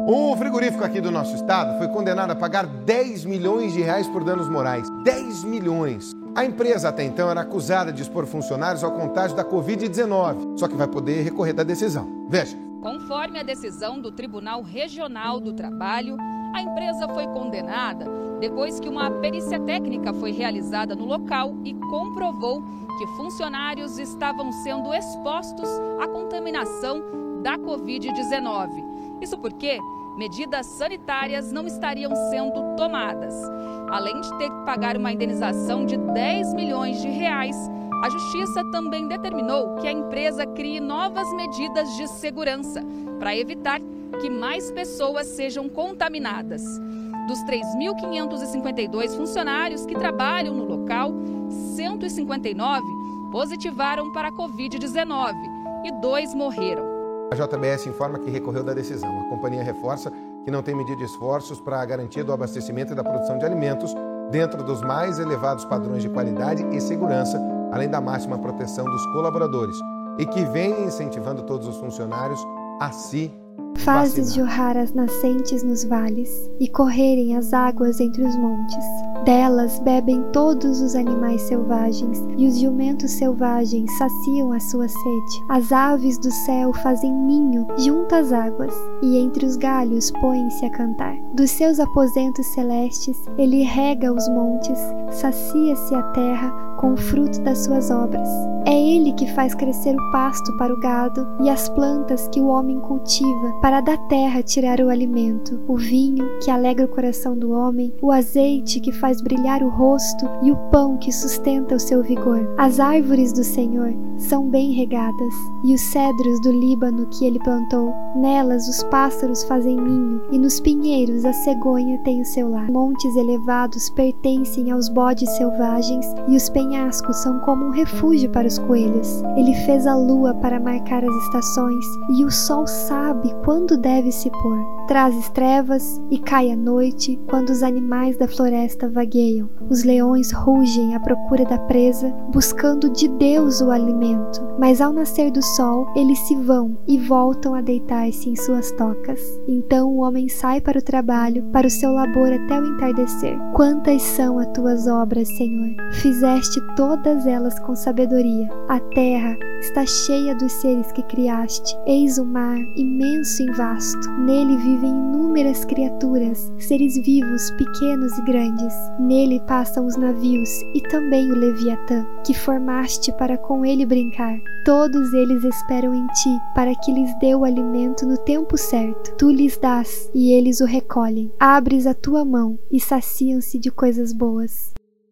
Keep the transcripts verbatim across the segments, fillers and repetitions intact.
Um frigorífico aqui do nosso estado foi condenado a pagar dez milhões de reais por danos morais. dez milhões! A empresa até então era acusada de expor funcionários ao contágio da covid dezenove, só que vai poder recorrer da decisão. Veja. Conforme a decisão do Tribunal Regional do Trabalho, a empresa foi condenada depois que uma perícia técnica foi realizada no local e comprovou que funcionários estavam sendo expostos à contaminação da covid dezenove. Isso porque medidas sanitárias não estariam sendo tomadas. Além de ter que pagar uma indenização de dez milhões de reais, a Justiça também determinou que a empresa crie novas medidas de segurança para evitar que mais pessoas sejam contaminadas. Dos três mil quinhentos e cinquenta e dois funcionários que trabalham no local, cento e cinquenta e nove positivaram para a covid dezenove e dois morreram. A J B S informa que recorreu da decisão. A companhia reforça que não tem medido esforços para a garantia do abastecimento e da produção de alimentos dentro dos mais elevados padrões de qualidade e segurança, além da máxima proteção dos colaboradores, e que vem incentivando todos os funcionários a se Fazes jorrar as nascentes nos vales e correrem as águas entre os montes. Delas bebem todos os animais selvagens e os jumentos selvagens saciam a sua sede. As aves do céu fazem ninho junto às águas e entre os galhos põem-se a cantar. Dos seus aposentos celestes ele rega os montes, sacia-se a terra com o fruto das suas obras. É ele que faz crescer o pasto para o gado e as plantas que o homem cultiva para da terra tirar o alimento, o vinho que alegra o coração do homem, o azeite que faz brilhar o rosto e o pão que sustenta o seu vigor. As árvores do Senhor são bem regadas e os cedros do Líbano que ele plantou. Nelas os pássaros fazem ninho e nos pinheiros a cegonha tem o seu lar. Montes elevados pertencem aos bodes selvagens e os penhascos são como um refúgio para os coelhos. Ele fez a lua para marcar as estações e o sol sabe quando deve se pôr. Trazes trevas e cai a noite quando os animais da floresta vagueiam. Os leões rugem à procura da presa, buscando de Deus o alimento. Mas ao nascer do sol, eles se vão e voltam a deitar-se em suas tocas. Então o homem sai para o trabalho, para o seu labor até o entardecer. Quantas são as tuas obras, Senhor? Fizeste todas elas com sabedoria. A terra está cheia dos seres que criaste. Eis o mar, imenso e vasto. Nele vivem inúmeras criaturas, seres vivos, pequenos e grandes. Nele passam os navios e também o Leviatã, que formaste para com ele brincar. Todos eles esperam em ti, para que lhes dê o alimento no tempo certo. Tu lhes dás, e eles o recolhem. Abres a tua mão, e saciam-se de coisas boas.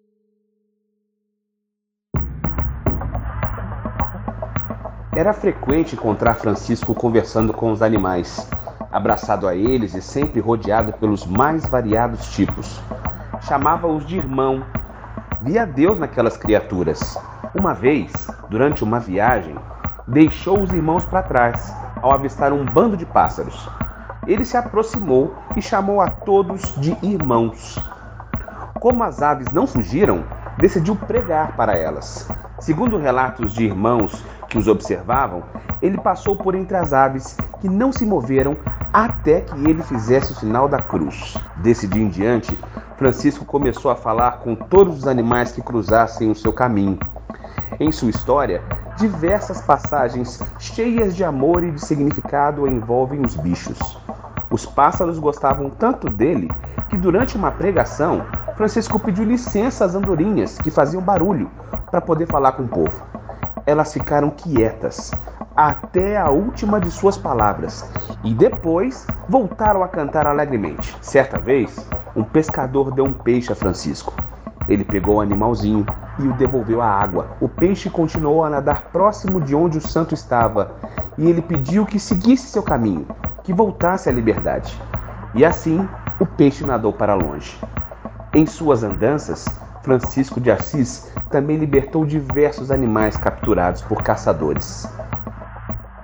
Era frequente encontrar Francisco conversando com os animais, abraçado a eles e sempre rodeado pelos mais variados tipos. Chamava-os de irmão. Via Deus naquelas criaturas. Uma vez, durante uma viagem, deixou os irmãos para trás, ao avistar um bando de pássaros. Ele se aproximou e chamou a todos de irmãos. Como as aves não fugiram, decidiu pregar para elas. Segundo relatos de irmãos que os observavam, ele passou por entre as aves que não se moveram até que ele fizesse o sinal da cruz. Desse dia em diante, Francisco começou a falar com todos os animais que cruzassem o seu caminho. Em sua história, diversas passagens cheias de amor e de significado envolvem os bichos. Os pássaros gostavam tanto dele que durante uma pregação, Francisco pediu licença às andorinhas que faziam barulho para poder falar com o povo. Elas ficaram quietas até a última de suas palavras e depois voltaram a cantar alegremente. Certa vez, um pescador deu um peixe a Francisco. Ele pegou o animalzinho e o devolveu à água. O peixe continuou a nadar próximo de onde o santo estava e ele pediu que seguisse seu caminho, que voltasse à liberdade. E assim, o peixe nadou para longe. Em suas andanças, Francisco de Assis também libertou diversos animais capturados por caçadores.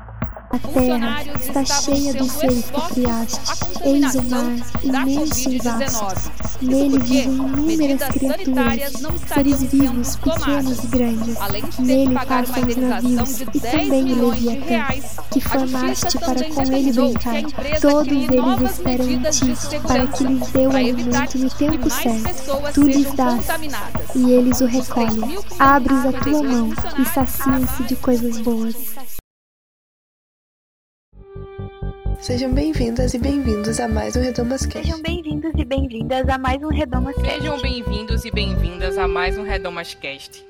A terra está cheia dos seres que criaste. Eis o mar, imenso e vasto. Nele vivem inúmeras criaturas, seres vivos, pequenos e grandes. Nele passam os navios e também o Leviatã, que formaste para com ele brincar. Todos eles esperam em ti, para que lhes dê o alimento no tempo certo. Tu lhes dás, e eles o recolhem. Abres a tua mão e saciam-se de coisas boas. Sejam bem-vindas e bem-vindos a mais um RedomasCast. Sejam bem-vindos e bem-vindas a mais um RedomasCast. Sejam bem-vindos e bem-vindas a mais um RedomasCast.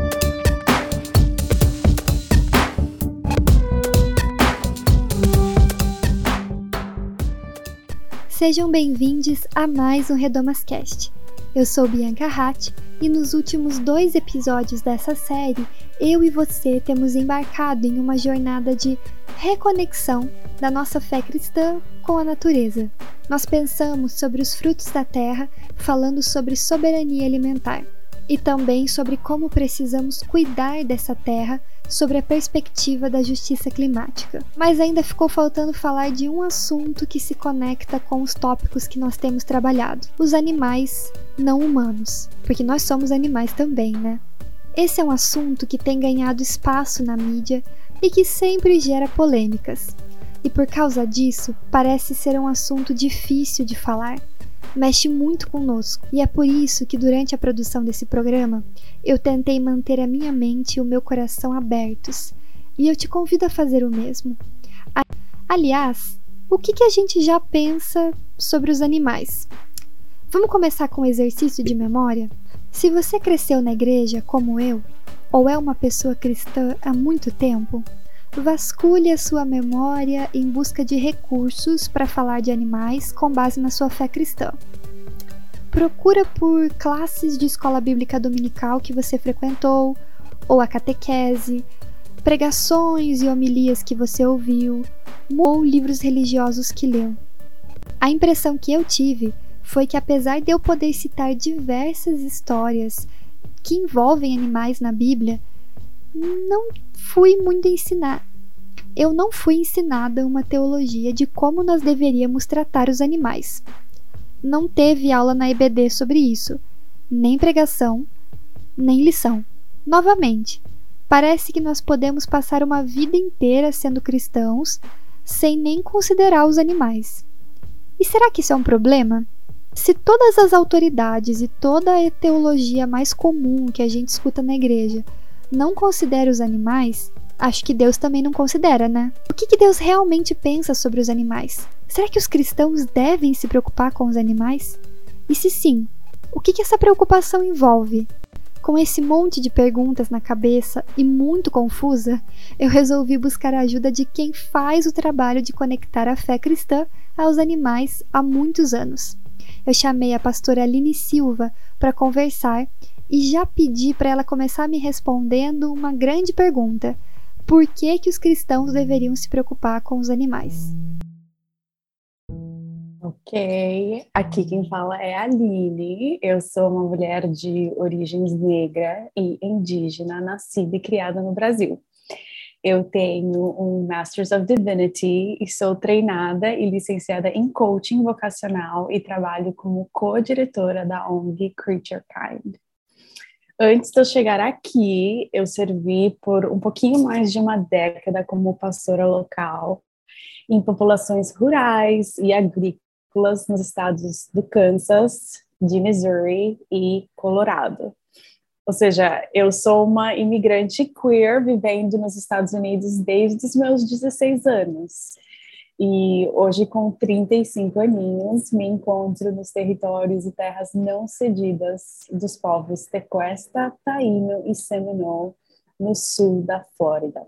Sejam bem-vindos a mais um RedomasCast. Eu sou Bianca Hatt e nos últimos dois episódios dessa série, eu e você temos embarcado em uma jornada de reconexão da nossa fé cristã com a natureza. Nós pensamos sobre os frutos da terra, falando sobre soberania alimentar, e também sobre como precisamos cuidar dessa terra sobre a perspectiva da justiça climática. Mas ainda ficou faltando falar de um assunto que se conecta com os tópicos que nós temos trabalhado: os animais não humanos, porque nós somos animais também, né? Esse é um assunto que tem ganhado espaço na mídia e que sempre gera polêmicas. E por causa disso, parece ser um assunto difícil de falar. Mexe muito conosco, e é por isso que durante a produção desse programa, eu tentei manter a minha mente e o meu coração abertos, e eu te convido a fazer o mesmo. Aliás, o que, que a gente já pensa sobre os animais? Vamos começar com um exercício de memória? Se você cresceu na igreja como eu, ou é uma pessoa cristã há muito tempo, vasculhe a sua memória em busca de recursos para falar de animais com base na sua fé cristã. Procura por classes de escola bíblica dominical que você frequentou, ou a catequese, pregações e homilias que você ouviu, ou livros religiosos que leu. A impressão que eu tive foi que, apesar de eu poder citar diversas histórias que envolvem animais na Bíblia, não fui muito ensinar. Eu não fui ensinada uma teologia de como nós deveríamos tratar os animais. Não teve aula na E B D sobre isso, nem pregação, nem lição. Novamente, parece que nós podemos passar uma vida inteira sendo cristãos sem nem considerar os animais. E será que isso é um problema? Se todas as autoridades e toda a teologia mais comum que a gente escuta na igreja não considera os animais, acho que Deus também não considera, né? O que, que Deus realmente pensa sobre os animais? Será que os cristãos devem se preocupar com os animais? E se sim, o que, que essa preocupação envolve? Com esse monte de perguntas na cabeça e muito confusa, eu resolvi buscar a ajuda de quem faz o trabalho de conectar a fé cristã aos animais há muitos anos. Eu chamei a pastora Aline Silva para conversar e já pedi para ela começar me respondendo uma grande pergunta: por que que os cristãos deveriam se preocupar com os animais? Ok, aqui quem fala é a Aline. Eu sou uma mulher de origens negra e indígena, nascida e criada no Brasil. Eu tenho um Master's of Divinity e sou treinada e licenciada em coaching vocacional e trabalho como co-diretora da O N G Creature Kind. Antes de eu chegar aqui, eu servi por um pouquinho mais de uma década como pastora local em populações rurais e agrícolas nos estados do Kansas, de Missouri e Colorado. Ou seja, eu sou uma imigrante queer vivendo nos Estados Unidos desde os meus dezesseis anos. E hoje, com trinta e cinco aninhos, me encontro nos territórios e terras não cedidas dos povos Tequesta, Taíno e Seminole, no sul da Flórida.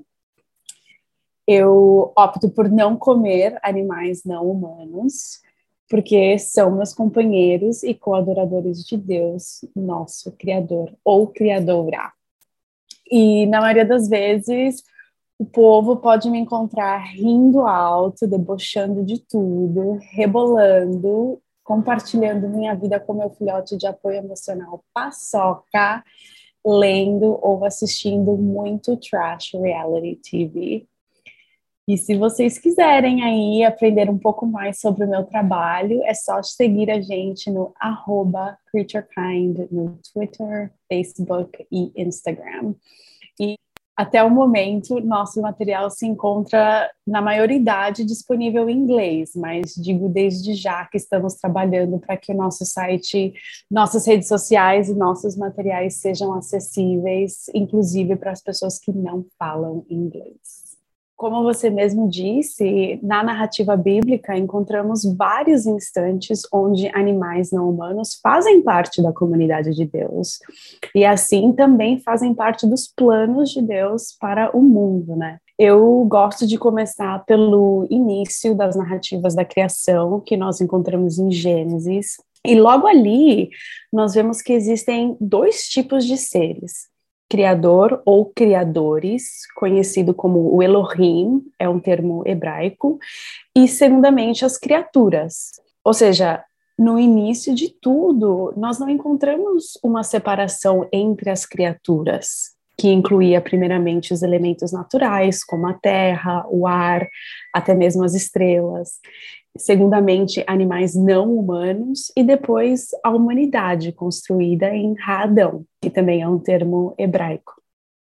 Eu opto por não comer animais não humanos, porque são meus companheiros e co-adoradores de Deus, nosso Criador ou Criadora. E, na maioria das vezes, o povo pode me encontrar rindo alto, debochando de tudo, rebolando, compartilhando minha vida com meu filhote de apoio emocional Paçoca, lendo ou assistindo muito trash reality T V. E se vocês quiserem aí aprender um pouco mais sobre o meu trabalho, é só seguir a gente no arroba CreatureKind no Twitter, Facebook e Instagram. E até o momento, nosso material se encontra, na maioridade, disponível em inglês, mas digo desde já que estamos trabalhando para que o nosso site, nossas redes sociais e nossos materiais sejam acessíveis, inclusive para as pessoas que não falam inglês. Como você mesmo disse, na narrativa bíblica encontramos vários instantes onde animais não humanos fazem parte da comunidade de Deus e assim também fazem parte dos planos de Deus para o mundo, né? Eu gosto de começar pelo início das narrativas da criação que nós encontramos em Gênesis e logo ali nós vemos que existem dois tipos de seres. Criador ou criadores, conhecido como o Elohim, é um termo hebraico, e segundamente as criaturas. Ou seja, no início de tudo, nós não encontramos uma separação entre as criaturas, que incluía primeiramente os elementos naturais, como a terra, o ar, até mesmo as estrelas. Segundamente, animais não humanos, e depois a humanidade construída em Adão, que também é um termo hebraico.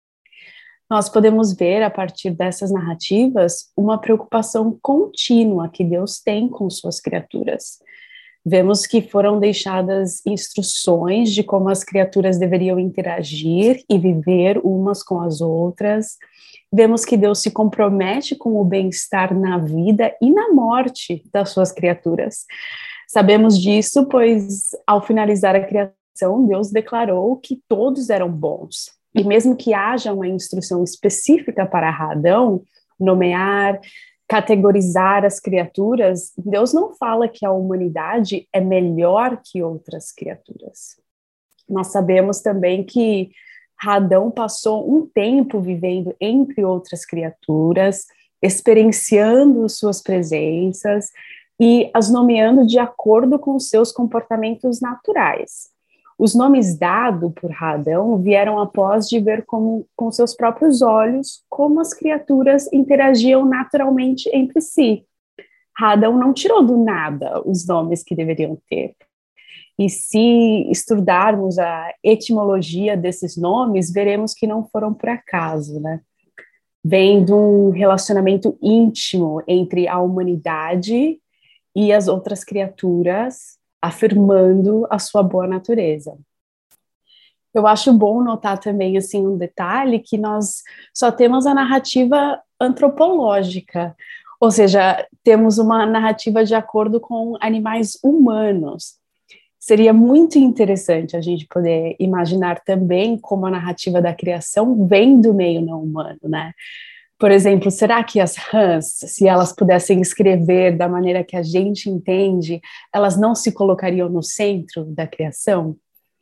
Nós podemos ver, a partir dessas narrativas, uma preocupação contínua que Deus tem com suas criaturas. Vemos que foram deixadas instruções de como as criaturas deveriam interagir e viver umas com as outras. Vemos que Deus se compromete com o bem-estar na vida e na morte das suas criaturas. Sabemos disso, pois ao finalizar a criação, Deus declarou que todos eram bons. E mesmo que haja uma instrução específica para Adão, nomear, categorizar as criaturas, Deus não fala que a humanidade é melhor que outras criaturas. Nós sabemos também que Adão passou um tempo vivendo entre outras criaturas, experienciando suas presenças e as nomeando de acordo com seus comportamentos naturais. Os nomes dados por Adão vieram após de ver como, com seus próprios olhos como as criaturas interagiam naturalmente entre si. Adão não tirou do nada os nomes que deveriam ter. E se estudarmos a etimologia desses nomes, veremos que não foram por acaso, né? Vem de um relacionamento íntimo entre a humanidade e as outras criaturas, afirmando a sua boa natureza. Eu acho bom notar também assim, um detalhe, que nós só temos a narrativa antropológica, ou seja, temos uma narrativa de acordo com animais humanos. Seria muito interessante a gente poder imaginar também como a narrativa da criação vem do meio não humano, né? Por exemplo, será que as rãs, se elas pudessem escrever da maneira que a gente entende, elas não se colocariam no centro da criação?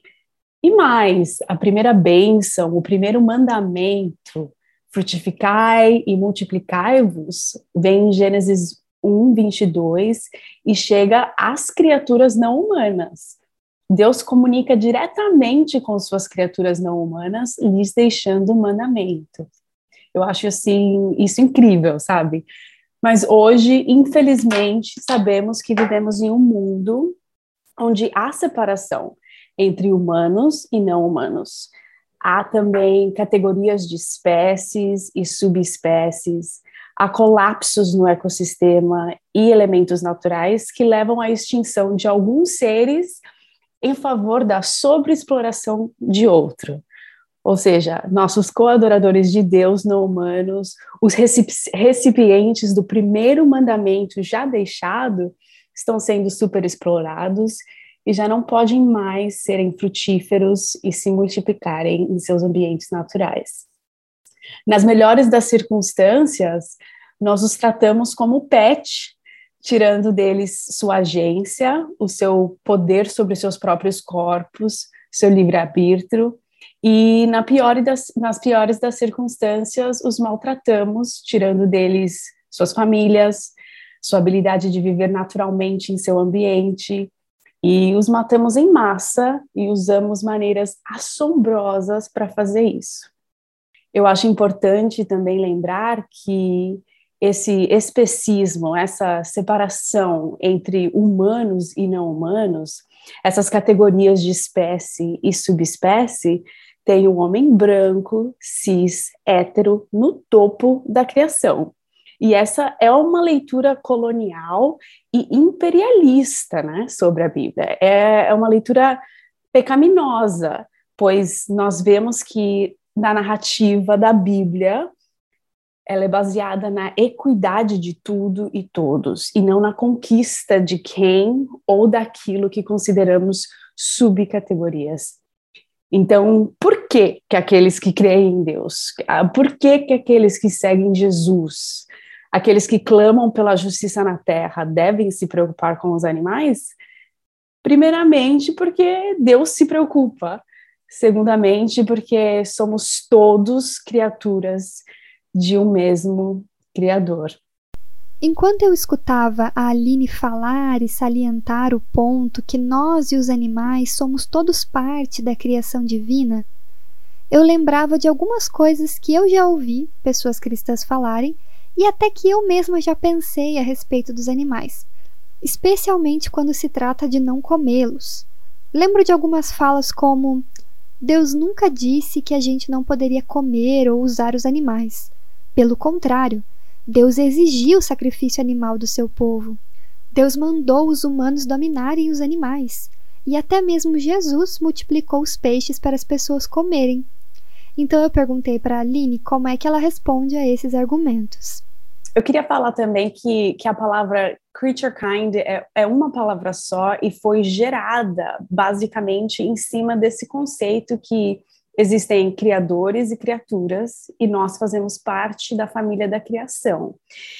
E mais, a primeira bênção, o primeiro mandamento, frutificai e multiplicai-vos, vem em Gênesis um, vinte e dois, e chega às criaturas não humanas. Deus comunica diretamente com suas criaturas não humanas, lhes deixando o mandamento. Eu acho assim, isso incrível, sabe? Mas hoje, infelizmente, sabemos que vivemos em um mundo onde há separação entre humanos e não humanos. Há também categorias de espécies e subespécies, há colapsos no ecossistema e elementos naturais que levam à extinção de alguns seres em favor da sobreexploração de outro. Ou seja, nossos coadoradores de Deus não humanos, os recipientes do primeiro mandamento já deixado, estão sendo superexplorados e já não podem mais serem frutíferos e se multiplicarem em seus ambientes naturais. Nas melhores das circunstâncias, nós os tratamos como pet, tirando deles sua agência, o seu poder sobre seus próprios corpos, seu livre-arbítrio, e na pior das, nas piores das circunstâncias, os maltratamos, tirando deles suas famílias, sua habilidade de viver naturalmente em seu ambiente, e os matamos em massa e usamos maneiras assombrosas para fazer isso. Eu acho importante também lembrar que esse especismo, essa separação entre humanos e não humanos, essas categorias de espécie e subespécie, tem um homem branco, cis, hétero, no topo da criação. E essa é uma leitura colonial e imperialista, né, sobre a Bíblia. É, é uma leitura pecaminosa, pois nós vemos que na narrativa da Bíblia, ela é baseada na equidade de tudo e todos, e não na conquista de quem ou daquilo que consideramos subcategorias. Então, por que que aqueles que creem em Deus, por que que aqueles que seguem Jesus, aqueles que clamam pela justiça na terra, devem se preocupar com os animais? Primeiramente, porque Deus se preocupa. Segundamente, porque somos todos criaturas de um mesmo Criador. Enquanto eu escutava a Aline falar e salientar o ponto que nós e os animais somos todos parte da criação divina, eu lembrava de algumas coisas que eu já ouvi pessoas cristãs falarem e até que eu mesma já pensei a respeito dos animais, especialmente quando se trata de não comê-los. Lembro de algumas falas como: Deus nunca disse que a gente não poderia comer ou usar os animais. Pelo contrário, Deus exigiu o sacrifício animal do seu povo. Deus mandou os humanos dominarem os animais. E até mesmo Jesus multiplicou os peixes para as pessoas comerem. Então eu perguntei para a Aline como é que ela responde a esses argumentos. Eu queria falar também que, que a palavra creature kind é, é uma palavra só e foi gerada basicamente em cima desse conceito que existem criadores e criaturas e nós fazemos parte da família da criação.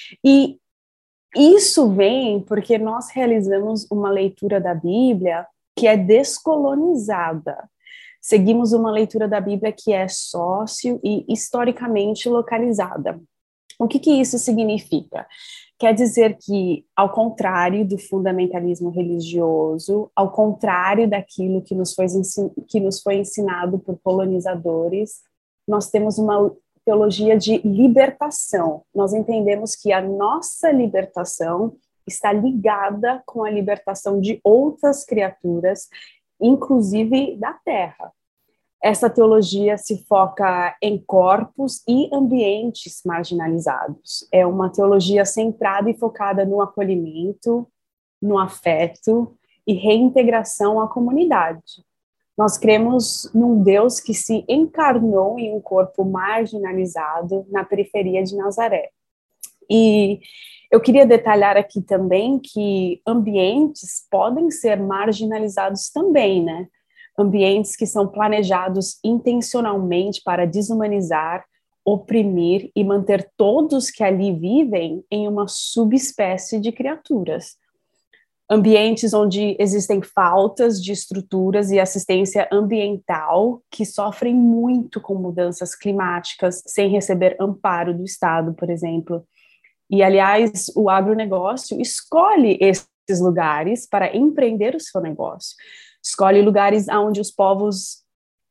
E isso vem porque nós realizamos uma leitura da Bíblia que é descolonizada. Seguimos uma leitura da Bíblia que é sócio e historicamente localizada. O que que isso significa? Quer dizer que, ao contrário do fundamentalismo religioso, ao contrário daquilo que nos foi, que nos foi ensinado por colonizadores, nós temos uma teologia de libertação. Nós entendemos que a nossa libertação está ligada com a libertação de outras criaturas, inclusive da terra. Essa teologia se foca em corpos e ambientes marginalizados. É uma teologia centrada e focada no acolhimento, no afeto e reintegração à comunidade. Nós cremos num Deus que se encarnou em um corpo marginalizado na periferia de Nazaré. E eu queria detalhar aqui também que ambientes podem ser marginalizados também, né? Ambientes que são planejados intencionalmente para desumanizar, oprimir e manter todos que ali vivem em uma subespécie de criaturas. Ambientes onde existem faltas de estruturas e assistência ambiental que sofrem muito com mudanças climáticas sem receber amparo do Estado, por exemplo. E, aliás, o agronegócio escolhe esses lugares para empreender o seu negócio. Escolhe lugares onde os povos,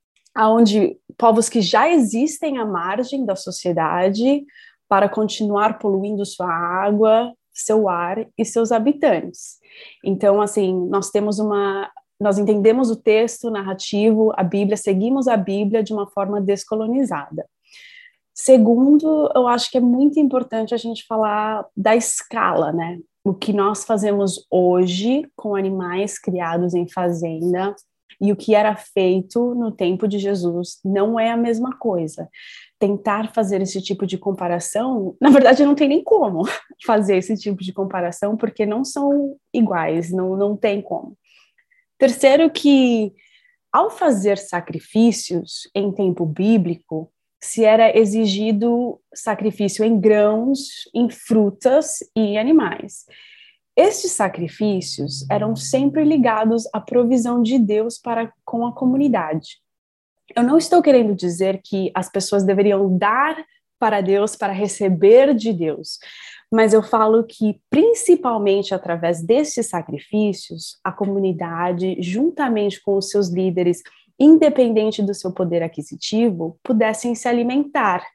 onde povos que já existem à margem da sociedade para continuar poluindo sua água, seu ar e seus habitantes. Então, assim, nós temos uma, nós entendemos o texto narrativo, a Bíblia, seguimos a Bíblia de uma forma descolonizada. Segundo, eu acho que é muito importante a gente falar da escala, né? O que nós fazemos hoje com animais criados em fazenda e o que era feito no tempo de Jesus não é a mesma coisa. Tentar fazer esse tipo de comparação, na verdade não tem nem como fazer esse tipo de comparação, porque não são iguais, não, não tem como. Terceiro, que ao fazer sacrifícios em tempo bíblico, se era exigido sacrifício em grãos, em frutas e animais. Estes sacrifícios eram sempre ligados à provisão de Deus para com a comunidade. Eu não estou querendo dizer que as pessoas deveriam dar para Deus para receber de Deus, mas eu falo que, principalmente através destes sacrifícios, a comunidade, juntamente com os seus líderes, independente do seu poder aquisitivo, pudessem se alimentar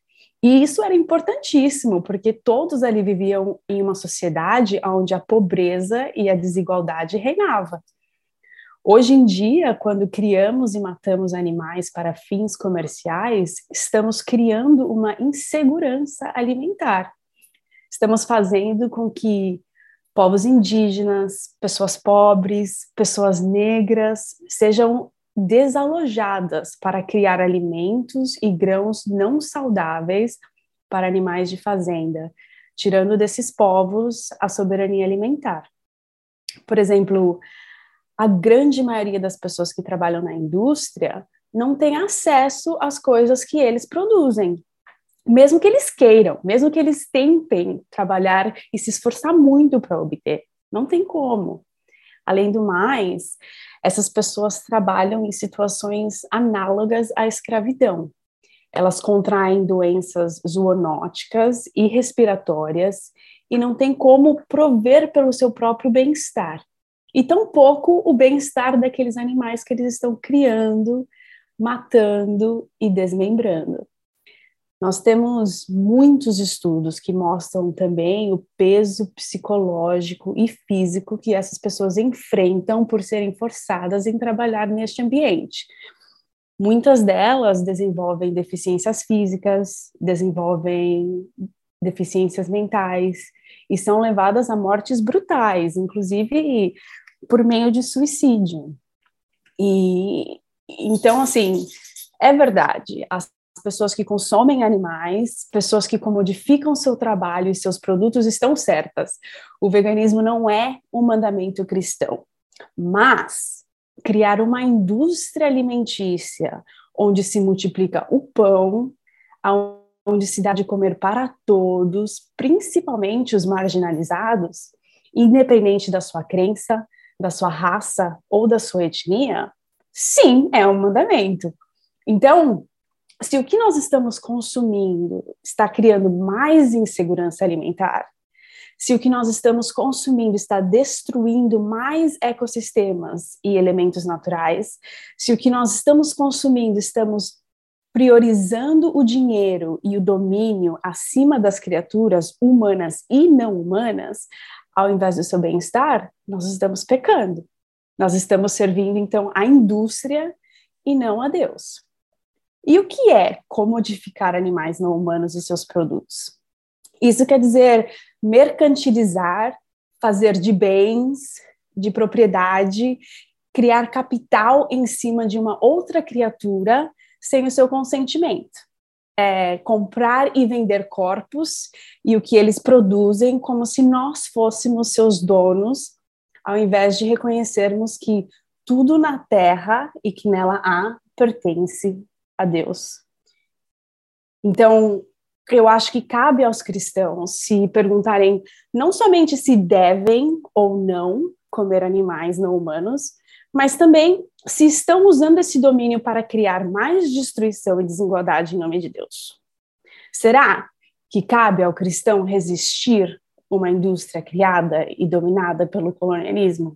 E isso era importantíssimo, porque todos ali viviam em uma sociedade onde a pobreza e a desigualdade reinavam. Hoje em dia, quando criamos e matamos animais para fins comerciais, estamos criando uma insegurança alimentar. Estamos fazendo com que povos indígenas, pessoas pobres, pessoas negras sejam desalojadas para criar alimentos e grãos não saudáveis para animais de fazenda, tirando desses povos a soberania alimentar. Por exemplo, a grande maioria das pessoas que trabalham na indústria não tem acesso às coisas que eles produzem, mesmo que eles queiram, mesmo que eles tentem trabalhar e se esforçar muito para obter, não tem como. Além do mais, essas pessoas trabalham em situações análogas à escravidão. Elas contraem doenças zoonóticas e respiratórias e não têm como prover pelo seu próprio bem-estar. E tampouco o bem-estar daqueles animais que eles estão criando, matando e desmembrando. Nós temos muitos estudos que mostram também o peso psicológico e físico que essas pessoas enfrentam por serem forçadas em trabalhar neste ambiente. Muitas delas desenvolvem deficiências físicas, desenvolvem deficiências mentais e são levadas a mortes brutais, inclusive por meio de suicídio. E então, assim, é verdade, as pessoas que consomem animais, pessoas que comodificam seu trabalho e seus produtos estão certas. O veganismo não é um mandamento cristão, mas criar uma indústria alimentícia onde se multiplica o pão, onde se dá de comer para todos, principalmente os marginalizados, independente da sua crença, da sua raça ou da sua etnia, sim, é um mandamento. Então, se o que nós estamos consumindo está criando mais insegurança alimentar, se o que nós estamos consumindo está destruindo mais ecossistemas e elementos naturais, se o que nós estamos consumindo estamos priorizando o dinheiro e o domínio acima das criaturas humanas e não humanas, ao invés do seu bem-estar, nós estamos pecando. Nós estamos servindo, então, a indústria e não a Deus. E o que é comodificar animais não humanos e seus produtos? Isso quer dizer mercantilizar, fazer de bens, de propriedade, criar capital em cima de uma outra criatura sem o seu consentimento. É comprar e vender corpos e o que eles produzem como se nós fôssemos seus donos, ao invés de reconhecermos que tudo na terra e que nela há pertence a Deus. Então, eu acho que cabe aos cristãos se perguntarem não somente se devem ou não comer animais não humanos, mas também se estão usando esse domínio para criar mais destruição e desigualdade em nome de Deus. Será que cabe ao cristão resistir uma indústria criada e dominada pelo colonialismo?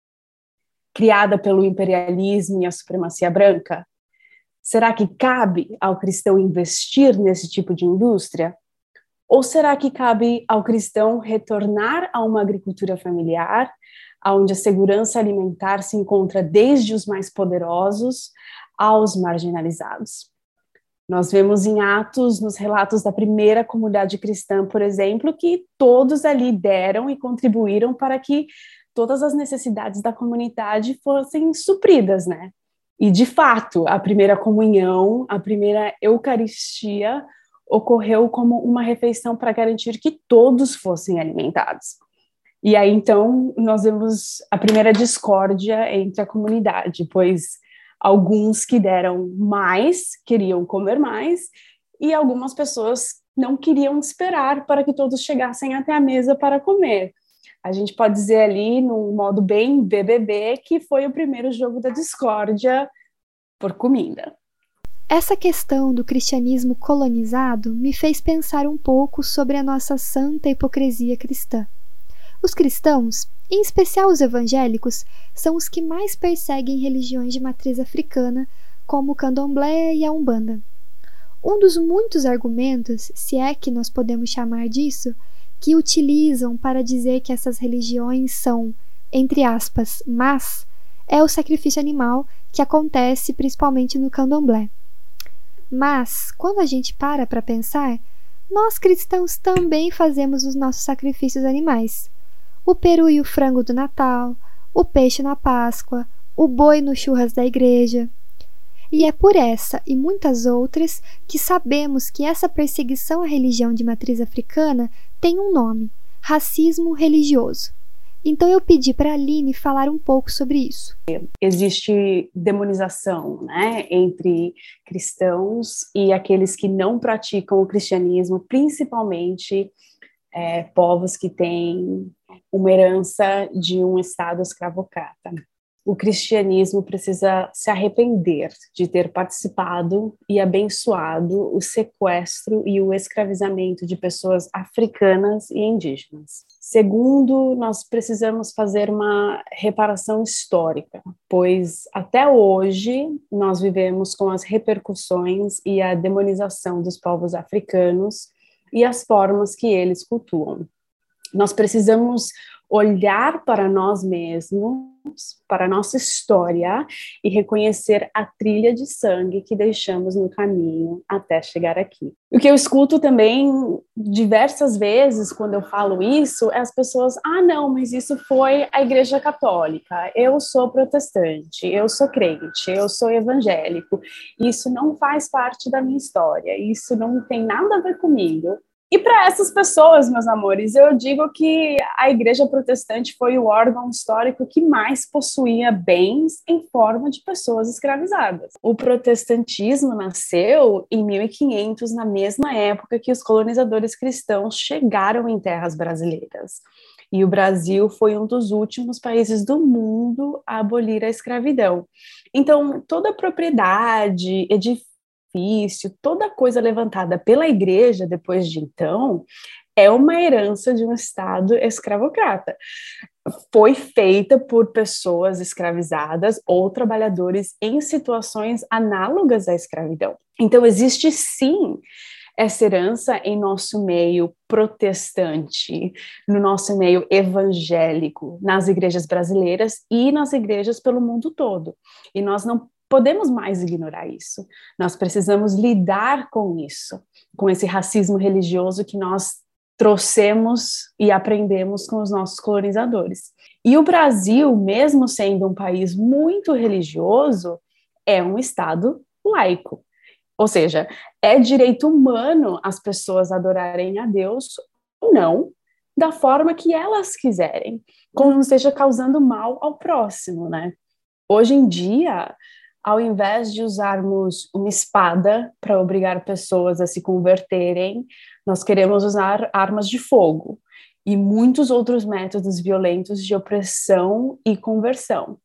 Criada pelo imperialismo e a supremacia branca? Será que cabe ao cristão investir nesse tipo de indústria? Ou será que cabe ao cristão retornar a uma agricultura familiar, onde a segurança alimentar se encontra desde os mais poderosos aos marginalizados? Nós vemos em Atos, nos relatos da primeira comunidade cristã, por exemplo, que todos ali deram e contribuíram para que todas as necessidades da comunidade fossem supridas, né? E, de fato, a primeira comunhão, a primeira Eucaristia ocorreu como uma refeição para garantir que todos fossem alimentados. E aí, então, nós vemos a primeira discórdia entre a comunidade, pois alguns que deram mais queriam comer mais e algumas pessoas não queriam esperar para que todos chegassem até a mesa para comer. A gente pode dizer ali, num modo bem B B B, que foi o primeiro jogo da discórdia por comida. Essa questão do cristianismo colonizado me fez pensar um pouco sobre a nossa santa hipocrisia cristã. Os cristãos, em especial os evangélicos, são os que mais perseguem religiões de matriz africana, como o candomblé e a umbanda. Um dos muitos argumentos, se é que nós podemos chamar disso, que utilizam para dizer que essas religiões são, entre aspas, más, é o sacrifício animal que acontece principalmente no candomblé. Mas, quando a gente para para pensar, nós cristãos também fazemos os nossos sacrifícios animais. O peru e o frango do Natal, o peixe na Páscoa, o boi no churras da igreja. E é por essa e muitas outras que sabemos que essa perseguição à religião de matriz africana tem um nome: racismo religioso. Então eu pedi para a Aline falar um pouco sobre isso. Existe demonização, né, entre cristãos e aqueles que não praticam o cristianismo, principalmente é, povos que têm uma herança de um estado escravocrata. O cristianismo precisa se arrepender de ter participado e abençoado o sequestro e o escravizamento de pessoas africanas e indígenas. Segundo, nós precisamos fazer uma reparação histórica, pois até hoje nós vivemos com as repercussões e a demonização dos povos africanos e as formas que eles cultuam. Nós precisamos olhar para nós mesmos, para a nossa história e reconhecer a trilha de sangue que deixamos no caminho até chegar aqui. O que eu escuto também diversas vezes quando eu falo isso é as pessoas: ah, não, mas isso foi a Igreja Católica, eu sou protestante, eu sou crente, eu sou evangélico, isso não faz parte da minha história, isso não tem nada a ver comigo. E para essas pessoas, meus amores, eu digo que a Igreja Protestante foi o órgão histórico que mais possuía bens em forma de pessoas escravizadas. O protestantismo nasceu em mil e quinhentos, na mesma época que os colonizadores cristãos chegaram em terras brasileiras. E o Brasil foi um dos últimos países do mundo a abolir a escravidão. Então, toda a propriedade, edifício, toda coisa levantada pela igreja depois de então é uma herança de um estado escravocrata. Foi feita por pessoas escravizadas ou trabalhadores em situações análogas à escravidão. Então existe sim essa herança em nosso meio protestante, no nosso meio evangélico, nas igrejas brasileiras e nas igrejas pelo mundo todo. E nós não podemos mais ignorar isso. Nós precisamos lidar com isso, com esse racismo religioso que nós trouxemos e aprendemos com os nossos colonizadores. E o Brasil, mesmo sendo um país muito religioso, é um estado laico. Ou seja, é direito humano as pessoas adorarem a Deus ou não, da forma que elas quiserem, como não esteja causando mal ao próximo, né? Hoje em dia, ao invés de usarmos uma espada para obrigar pessoas a se converterem, nós queremos usar armas de fogo e muitos outros métodos violentos de opressão e conversão.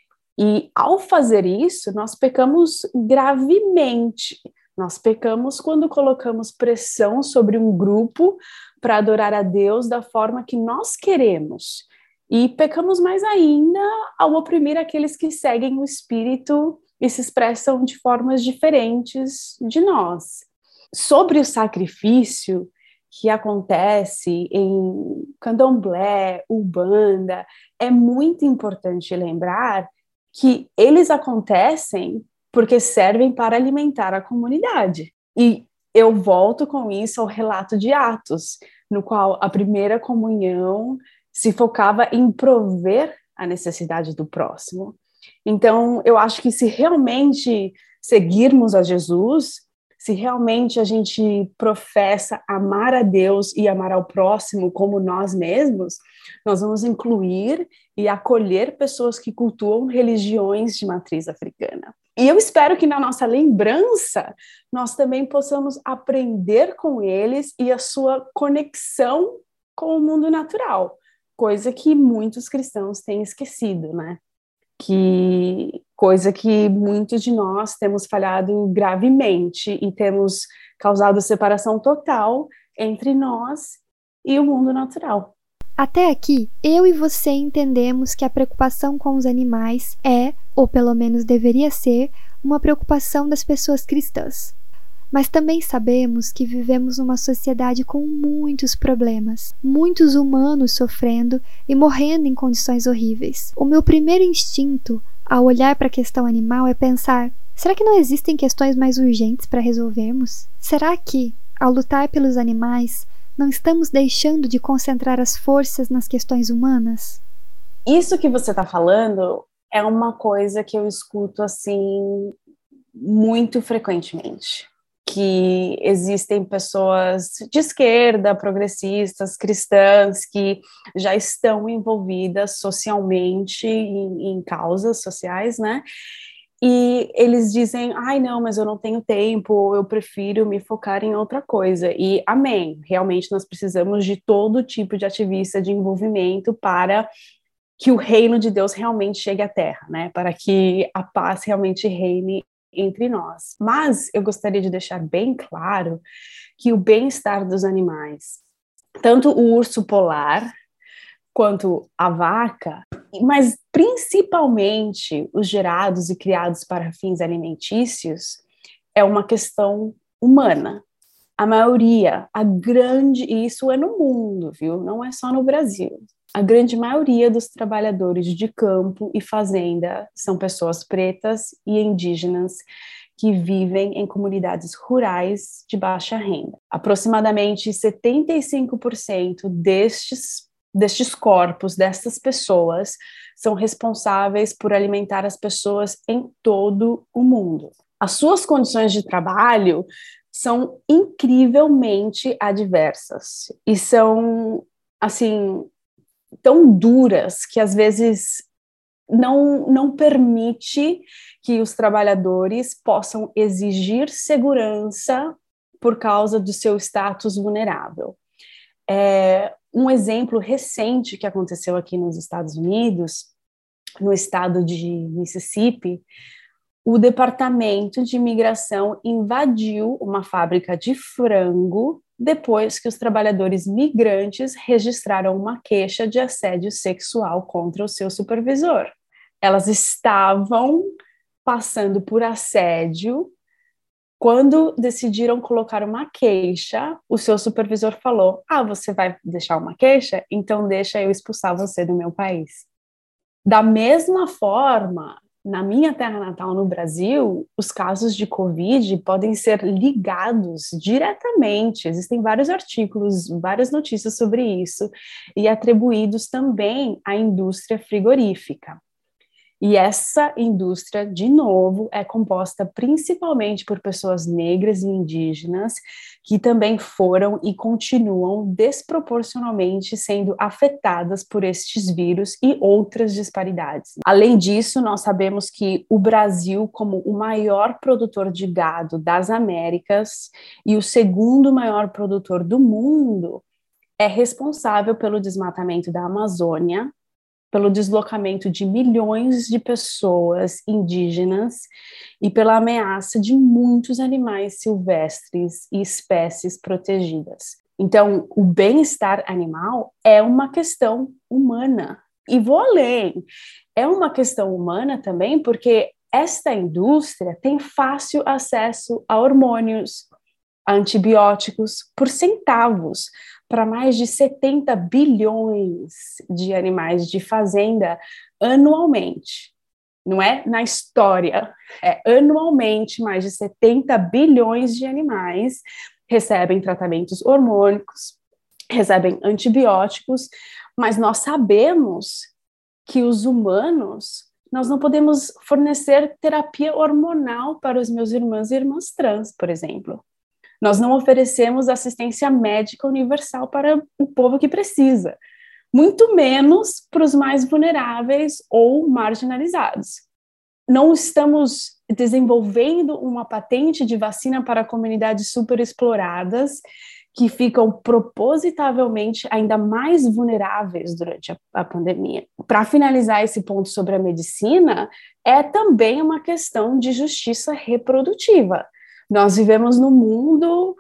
E ao fazer isso, nós pecamos gravemente. Nós pecamos quando colocamos pressão sobre um grupo para adorar a Deus da forma que nós queremos. E pecamos mais ainda ao oprimir aqueles que seguem o Espírito e se expressam de formas diferentes de nós. Sobre o sacrifício que acontece em candomblé, umbanda, é muito importante lembrar que eles acontecem porque servem para alimentar a comunidade. E eu volto com isso ao relato de Atos, no qual a primeira comunhão se focava em prover a necessidade do próximo. Então, eu acho que se realmente seguirmos a Jesus, se realmente a gente professa amar a Deus e amar ao próximo como nós mesmos, nós vamos incluir e acolher pessoas que cultuam religiões de matriz africana. E eu espero que na nossa lembrança, nós também possamos aprender com eles e a sua conexão com o mundo natural, coisa que muitos cristãos têm esquecido, né? Que coisa que muitos de nós temos falhado gravemente e temos causado separação total entre nós e o mundo natural. Até aqui, eu e você entendemos que a preocupação com os animais é, ou pelo menos deveria ser, uma preocupação das pessoas cristãs. Mas também sabemos que vivemos numa sociedade com muitos problemas, muitos humanos sofrendo e morrendo em condições horríveis. O meu primeiro instinto, ao olhar para a questão animal, é pensar: será que não existem questões mais urgentes para resolvermos? Será que, ao lutar pelos animais, não estamos deixando de concentrar as forças nas questões humanas? Isso que você está falando é uma coisa que eu escuto assim muito frequentemente. Que existem pessoas de esquerda, progressistas, cristãs, que já estão envolvidas socialmente em, em causas sociais, né? E eles dizem: ai, não, mas eu não tenho tempo, eu prefiro me focar em outra coisa. E amém, realmente nós precisamos de todo tipo de ativista, de envolvimento para que o reino de Deus realmente chegue à terra, né? Para que a paz realmente reine entre nós. Mas eu gostaria de deixar bem claro que o bem-estar dos animais, tanto o urso polar quanto a vaca, mas principalmente os gerados e criados para fins alimentícios, é uma questão humana. A maioria, a grande, e isso é no mundo, viu? Não é só no Brasil. A grande maioria dos trabalhadores de campo e fazenda são pessoas pretas e indígenas que vivem em comunidades rurais de baixa renda. Aproximadamente setenta e cinco por cento destes, destes corpos, dessas pessoas, são responsáveis por alimentar as pessoas em todo o mundo. As suas condições de trabalho são incrivelmente adversas e são, assim, tão duras que às vezes não, não permite que os trabalhadores possam exigir segurança por causa do seu status vulnerável. É, um exemplo recente que aconteceu aqui nos Estados Unidos, no estado de Mississippi, o Departamento de Imigração invadiu uma fábrica de frango depois que os trabalhadores migrantes registraram uma queixa de assédio sexual contra o seu supervisor. Elas estavam passando por assédio. Quando decidiram colocar uma queixa, o seu supervisor falou: ah, você vai deixar uma queixa? Então deixa eu expulsar você do meu país. Da mesma forma, na minha terra natal, no Brasil, os casos de Covid podem ser ligados diretamente. Existem vários artigos, várias notícias sobre isso, e atribuídos também à indústria frigorífica. E essa indústria, de novo, é composta principalmente por pessoas negras e indígenas, que também foram e continuam desproporcionalmente sendo afetadas por estes vírus e outras disparidades. Além disso, nós sabemos que o Brasil, como o maior produtor de gado das Américas e o segundo maior produtor do mundo, é responsável pelo desmatamento da Amazônia, pelo deslocamento de milhões de pessoas indígenas e pela ameaça de muitos animais silvestres e espécies protegidas. Então, o bem-estar animal é uma questão humana. E vou além, é uma questão humana também porque esta indústria tem fácil acesso a hormônios, a antibióticos por centavos, para mais de setenta bilhões de animais de fazenda anualmente. Não é na história, é anualmente mais de setenta bilhões de animais recebem tratamentos hormônicos, recebem antibióticos, mas nós sabemos que os humanos, nós não podemos fornecer terapia hormonal para os meus irmãos e irmãs trans, por exemplo. Nós não oferecemos assistência médica universal para o povo que precisa, muito menos para os mais vulneráveis ou marginalizados. Não estamos desenvolvendo uma patente de vacina para comunidades superexploradas que ficam propositavelmente ainda mais vulneráveis durante a, a pandemia. Para finalizar esse ponto sobre a medicina, é também uma questão de justiça reprodutiva. Nós vivemos num mundo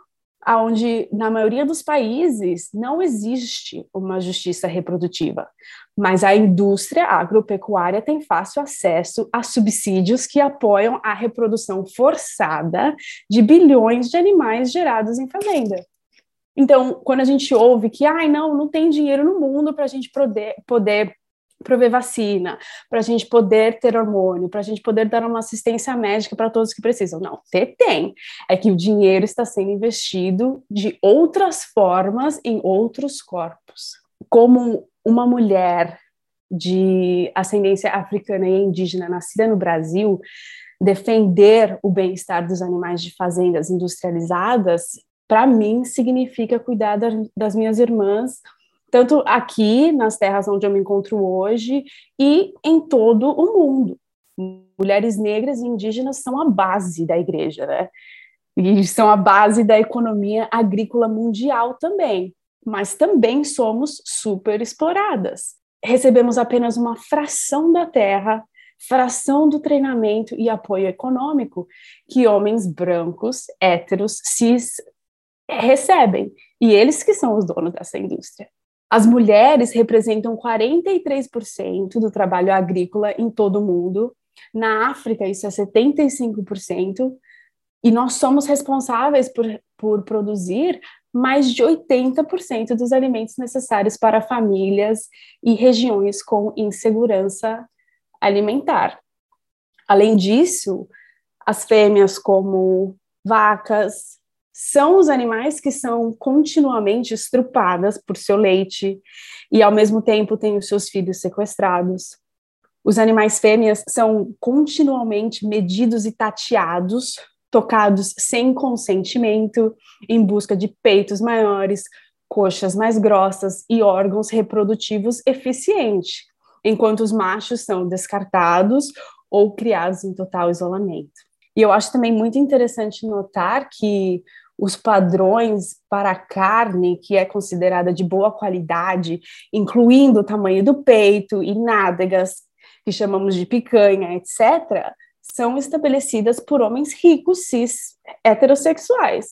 onde, na maioria dos países, não existe uma justiça reprodutiva, mas a indústria agropecuária tem fácil acesso a subsídios que apoiam a reprodução forçada de bilhões de animais gerados em fazenda. Então, quando a gente ouve que, ai, não, não tem dinheiro no mundo para a gente poder, poder prover vacina, para a gente poder ter hormônio, para a gente poder dar uma assistência médica para todos que precisam. Não, ter tem. É que o dinheiro está sendo investido de outras formas em outros corpos. Como uma mulher de ascendência africana e indígena nascida no Brasil, defender o bem-estar dos animais de fazendas industrializadas, para mim, significa cuidar das minhas irmãs, tanto aqui, nas terras onde eu me encontro hoje, e em todo o mundo. Mulheres negras e indígenas são a base da igreja, né? E são a base da economia agrícola mundial também, mas também somos super exploradas. Recebemos apenas uma fração da terra, fração do treinamento e apoio econômico que homens brancos, héteros, cis, recebem. E eles que são os donos dessa indústria. As mulheres representam quarenta e três por cento do trabalho agrícola em todo o mundo. Na África, isso é setenta e cinco por cento. E nós somos responsáveis por, por produzir mais de oitenta por cento dos alimentos necessários para famílias e regiões com insegurança alimentar. Além disso, as fêmeas, como vacas, são os animais que são continuamente estrupadas por seu leite e, ao mesmo tempo, têm os seus filhos sequestrados. Os animais fêmeas são continuamente medidos e tateados, tocados sem consentimento, em busca de peitos maiores, coxas mais grossas e órgãos reprodutivos eficientes, enquanto os machos são descartados ou criados em total isolamento. E eu acho também muito interessante notar que os padrões para a carne, que é considerada de boa qualidade, incluindo o tamanho do peito e nádegas, que chamamos de picanha, etcétera, são estabelecidas por homens ricos, cis, heterossexuais,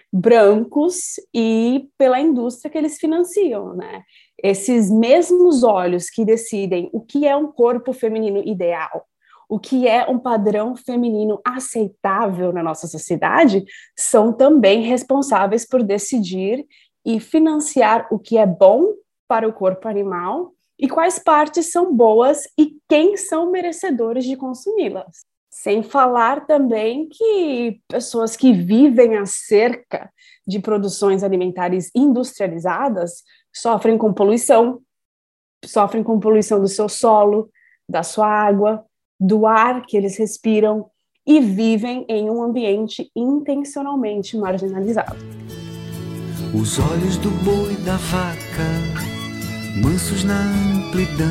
brancos e pela indústria que eles financiam, né? Esses mesmos olhos que decidem o que é um corpo feminino ideal, o que é um padrão feminino aceitável na nossa sociedade, são também responsáveis por decidir e financiar o que é bom para o corpo animal e quais partes são boas e quem são merecedores de consumi-las. Sem falar também que pessoas que vivem acerca de produções alimentares industrializadas sofrem com poluição, sofrem com poluição do seu solo, da sua água, do ar que eles respiram e vivem em um ambiente intencionalmente marginalizado. Os olhos do boi da vaca, mansos na amplidão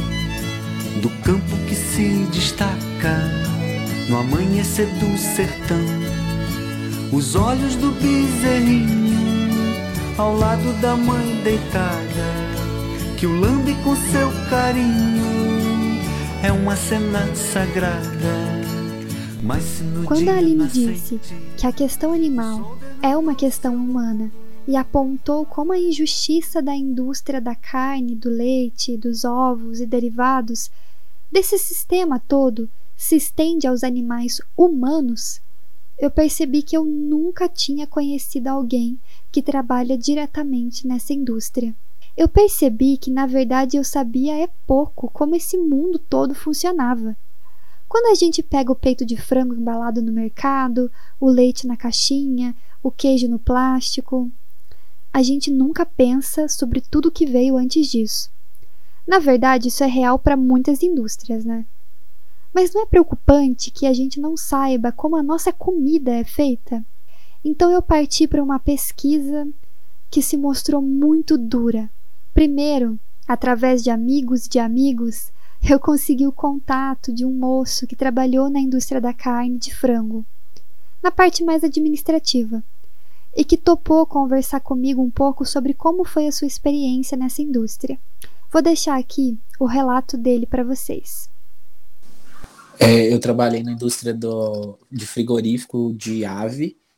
do campo que se destaca no amanhecer do sertão. Os olhos do bezerrinho ao lado da mãe deitada, que o lambe com seu carinho, é uma cena sagrada. Mas se no Quando a Aline nascente... disse que a questão animal é uma questão humana e apontou como a injustiça da indústria da carne, do leite, dos ovos e derivados, desse sistema todo, se estende aos animais humanos, eu percebi que eu nunca tinha conhecido alguém que trabalha diretamente nessa indústria. Eu percebi que, na verdade, eu sabia é pouco como esse mundo todo funcionava. Quando a gente pega o peito de frango embalado no mercado, o leite na caixinha, o queijo no plástico, a gente nunca pensa sobre tudo que veio antes disso. Na verdade, isso é real para muitas indústrias, né? Mas não é preocupante que a gente não saiba como a nossa comida é feita? Então eu parti para uma pesquisa que se mostrou muito dura. Primeiro, através de amigos de amigos, eu consegui o contato de um moço que trabalhou na indústria da carne de frango, na parte mais administrativa, e que topou conversar comigo um pouco sobre como foi a sua experiência nessa indústria. Vou deixar aqui o relato dele para vocês. É, eu trabalhei na indústria do, de frigorífico de ave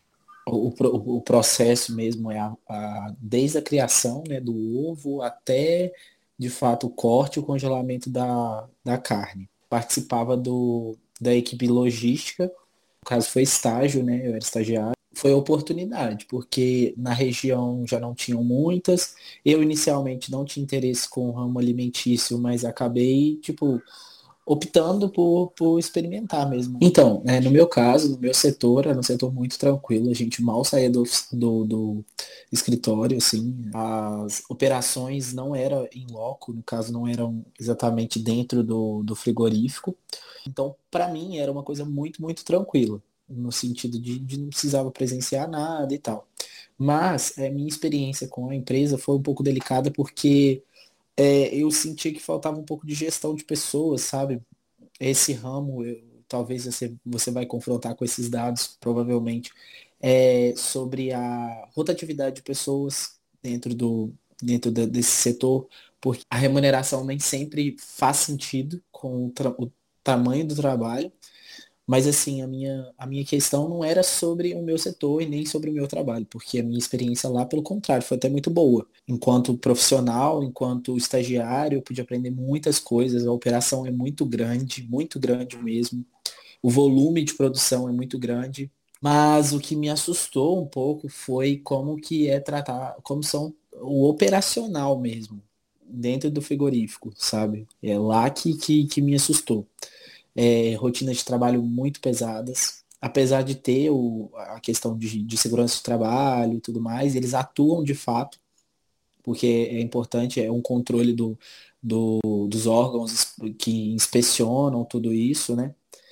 o, o, o processo mesmo é a, a, desde a criação, né, do ovo até, de fato, o corte e o congelamento da, da carne. Participava do, da equipe logística, no caso foi estágio, né, eu era estagiário. Foi oportunidade, porque na região já não tinham muitas. Eu inicialmente não tinha interesse com o ramo alimentício, mas acabei, tipo, optando por, por experimentar mesmo. Então, né, no meu caso, no meu setor, era um setor muito tranquilo, a gente mal saía do, do, do escritório, assim, as operações não eram em loco, no caso não eram exatamente dentro do, do frigorífico. Então, para mim, era uma coisa muito, muito tranquila, no sentido de, de não precisava presenciar nada e tal. Mas a minha experiência com a empresa foi um pouco delicada porque é, eu senti que faltava um pouco de gestão de pessoas, sabe? Esse ramo, eu, talvez você, você vai confrontar com esses dados, provavelmente, é, sobre a rotatividade de pessoas dentro, do, dentro de, desse setor, porque a remuneração nem sempre faz sentido com o, tra- o tamanho do trabalho. Mas assim, a minha, a minha questão não era sobre o meu setor e nem sobre o meu trabalho, porque a minha experiência lá, pelo contrário, foi até muito boa. Enquanto profissional, enquanto estagiário, eu pude aprender muitas coisas, a operação é muito grande, muito grande mesmo. O volume de produção é muito grande. Mas o que me assustou um pouco foi como que é tratar, como são o operacional mesmo, dentro do frigorífico, sabe? É lá que, que, que me assustou. É, rotinas de trabalho muito pesadas. Apesar de ter o, a questão de, de segurança de trabalho e tudo mais, eles atuam de fato, porque é importante, é um controle do, do, dos órgãos que inspecionam tudo isso, né?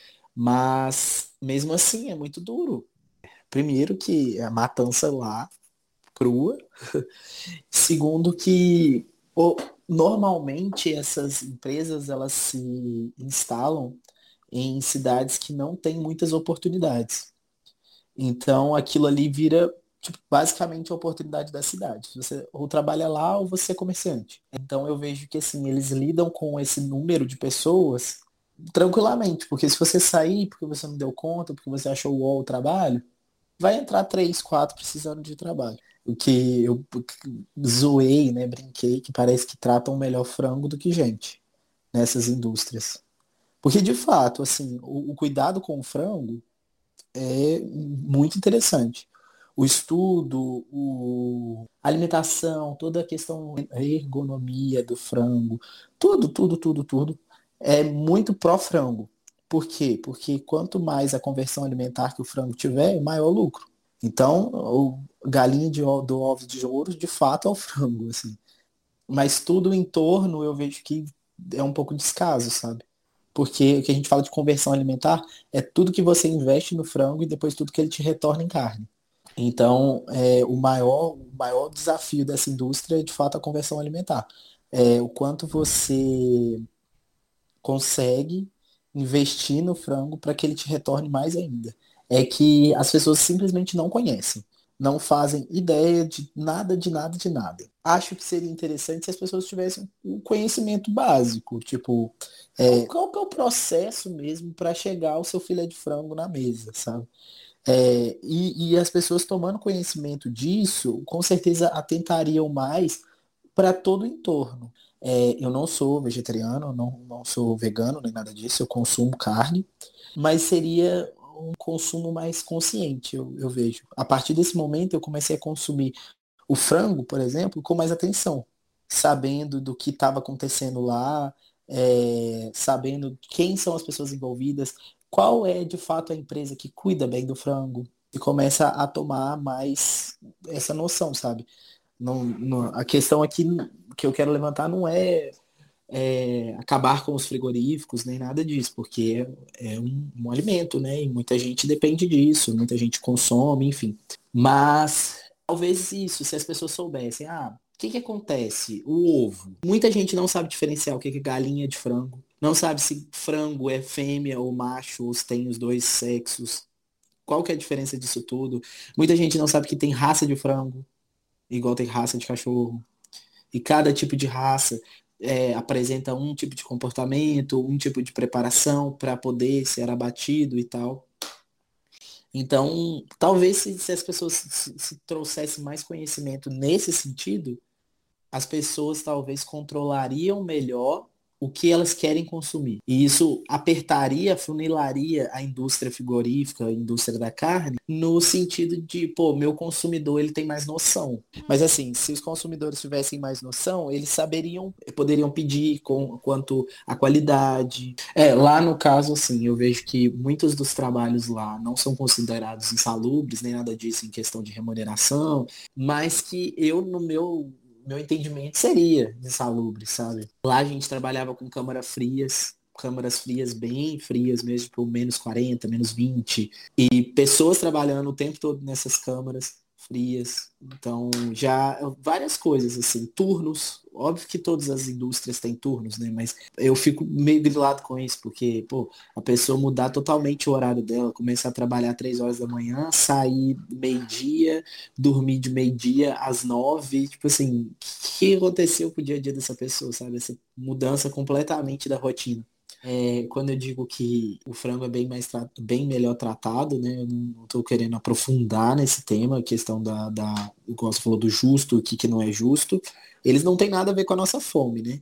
Mas, mesmo assim, é muito duro. Primeiro que a matança lá, crua. Segundo que, o, normalmente, essas empresas, elas se instalam em cidades que não têm muitas oportunidades. Então, aquilo ali vira, tipo, basicamente a oportunidade da cidade. Você ou trabalha lá ou você é comerciante. Então, eu vejo que, assim, eles lidam com esse número de pessoas tranquilamente, porque se você sair porque você não deu conta, porque você achou o o trabalho, vai entrar três, quatro precisando de trabalho. O que eu zoei, né, brinquei, que parece que tratam melhor frango do que gente nessas indústrias. Porque, de fato, assim, o, o cuidado com o frango é muito interessante. O estudo, o, a alimentação, toda a questão, a ergonomia do frango, tudo, tudo, tudo, tudo é muito pró-frango. Por quê? Porque quanto mais a conversão alimentar que o frango tiver, maior o lucro. Então, o galinha de, o- do ovo de ouro, de fato, é o frango, assim. Mas tudo em torno eu vejo que é um pouco descaso, sabe? Porque o que a gente fala de conversão alimentar é tudo que você investe no frango e depois tudo que ele te retorna em carne. Então, é, o maior, o maior desafio dessa indústria é, de fato, a conversão alimentar. É, o quanto você consegue investir no frango para que ele te retorne mais ainda. É que as pessoas simplesmente não conhecem, não fazem ideia de nada, de nada, de nada. Acho que seria interessante se as pessoas tivessem um conhecimento básico, tipo, é, qual que é o processo mesmo para chegar ao seu filé de frango na mesa, sabe? É, e, e as pessoas tomando conhecimento disso, com certeza atentariam mais para todo o entorno. É, eu não sou vegetariano, não, não sou vegano, nem nada disso, eu consumo carne, mas seria um consumo mais consciente, eu, eu vejo. A partir desse momento, eu comecei a consumir o frango, por exemplo, com mais atenção, sabendo do que estava acontecendo lá, é, sabendo quem são as pessoas envolvidas, qual é de fato a empresa que cuida bem do frango, e começa a tomar mais essa noção, sabe? Não, não- a questão aqui que eu quero levantar não é, é, acabar com os frigoríficos, nem nada disso, porque é, é um, um alimento, né? E muita gente depende disso, muita gente consome, enfim. Mas talvez isso, se as pessoas soubessem, ah, o que que acontece? O ovo. Muita gente não sabe diferenciar o que que é galinha de frango. Não sabe se frango é fêmea ou macho, ou se tem os dois sexos. Qual que é a diferença disso tudo? Muita gente não sabe que tem raça de frango, igual tem raça de cachorro. E cada tipo de raça é, apresenta um tipo de comportamento, um tipo de preparação para poder ser abatido e tal. Então, talvez se, se as pessoas se, se trouxessem mais conhecimento nesse sentido, as pessoas talvez controlariam melhor o que elas querem consumir. E isso apertaria, funilaria a indústria frigorífica, a indústria da carne, no sentido de, pô, meu consumidor, ele tem mais noção. Mas assim, se os consumidores tivessem mais noção, eles saberiam, poderiam pedir com, quanto à qualidade. É, lá no caso, assim, eu vejo que muitos dos trabalhos lá não são considerados insalubres, nem nada disso em questão de remuneração, mas que eu, no meu... meu entendimento seria insalubre, sabe? Lá a gente trabalhava com câmaras frias, câmaras frias bem frias mesmo, tipo menos quarenta, menos vinte, e pessoas trabalhando o tempo todo nessas câmaras frias. Então, já várias coisas, assim, turnos, óbvio que todas as indústrias têm turnos, né, mas eu fico meio grilado com isso, porque, pô, a pessoa mudar totalmente o horário dela, começar a trabalhar três horas da manhã, sair meio-dia, dormir de meio-dia às nove, tipo assim, o que aconteceu com o dia a dia dessa pessoa, sabe, essa mudança completamente da rotina. É, quando eu digo que o frango é bem, mais tra- bem melhor tratado, né? Eu não estou querendo aprofundar nesse tema, a questão da, da igual você falou, do justo, o que, que não é justo. Eles não têm nada a ver com a nossa fome, né?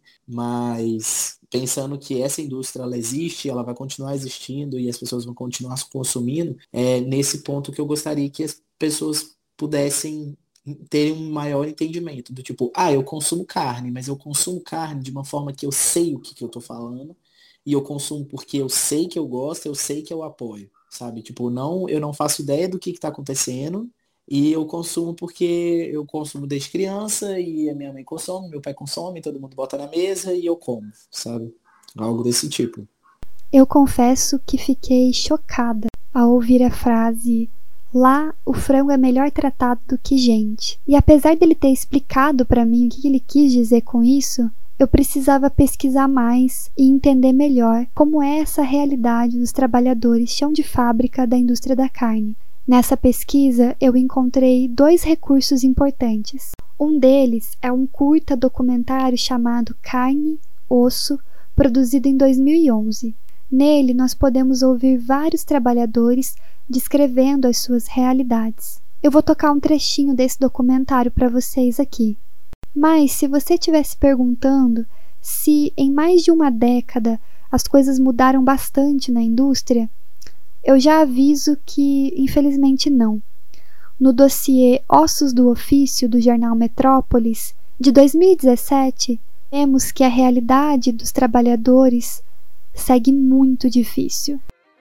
Mas pensando que essa indústria ela existe, ela vai continuar existindo e as pessoas vão continuar consumindo, é nesse ponto que eu gostaria que as pessoas pudessem ter um maior entendimento do tipo, ah, eu consumo carne, mas eu consumo carne de uma forma que eu sei o que, que eu tô falando, e eu consumo porque eu sei que eu gosto, eu sei que eu apoio, sabe? Tipo, não, eu não faço ideia do que está acontecendo, e eu consumo porque eu consumo desde criança, e a minha mãe consome, meu pai consome, todo mundo bota na mesa e eu como, sabe? Algo desse tipo. Eu confesso que fiquei chocada ao ouvir a frase: lá o frango é melhor tratado do que gente. E apesar dele ter explicado para mim o que ele quis dizer com isso, eu precisava pesquisar mais e entender melhor como é essa realidade dos trabalhadores chão de fábrica da indústria da carne. Nessa pesquisa, eu encontrei dois recursos importantes. Um deles é um curta documentário chamado Carne, Osso, produzido em dois mil e onze. Nele, nós podemos ouvir vários trabalhadores descrevendo as suas realidades. Eu vou tocar um trechinho desse documentário para vocês aqui. Mas, se você estiver se perguntando se em mais de uma década as coisas mudaram bastante na indústria, eu já aviso que, infelizmente, não. No dossiê Ossos do Ofício do jornal Metrópolis, de dois mil e dezessete, vemos que a realidade dos trabalhadores segue muito difícil.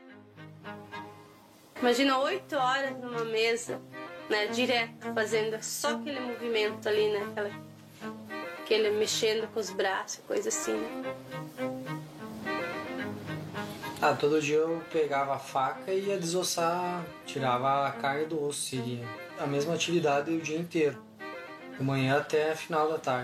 Imagina oito horas numa mesa, né, direto, fazendo só aquele movimento ali, né, aquela, aquele mexendo com os braços, coisa assim, né? Ah, todo dia eu pegava a faca e ia desossar, tirava a carne do osso, seria a mesma atividade o dia inteiro, de manhã até final da tarde.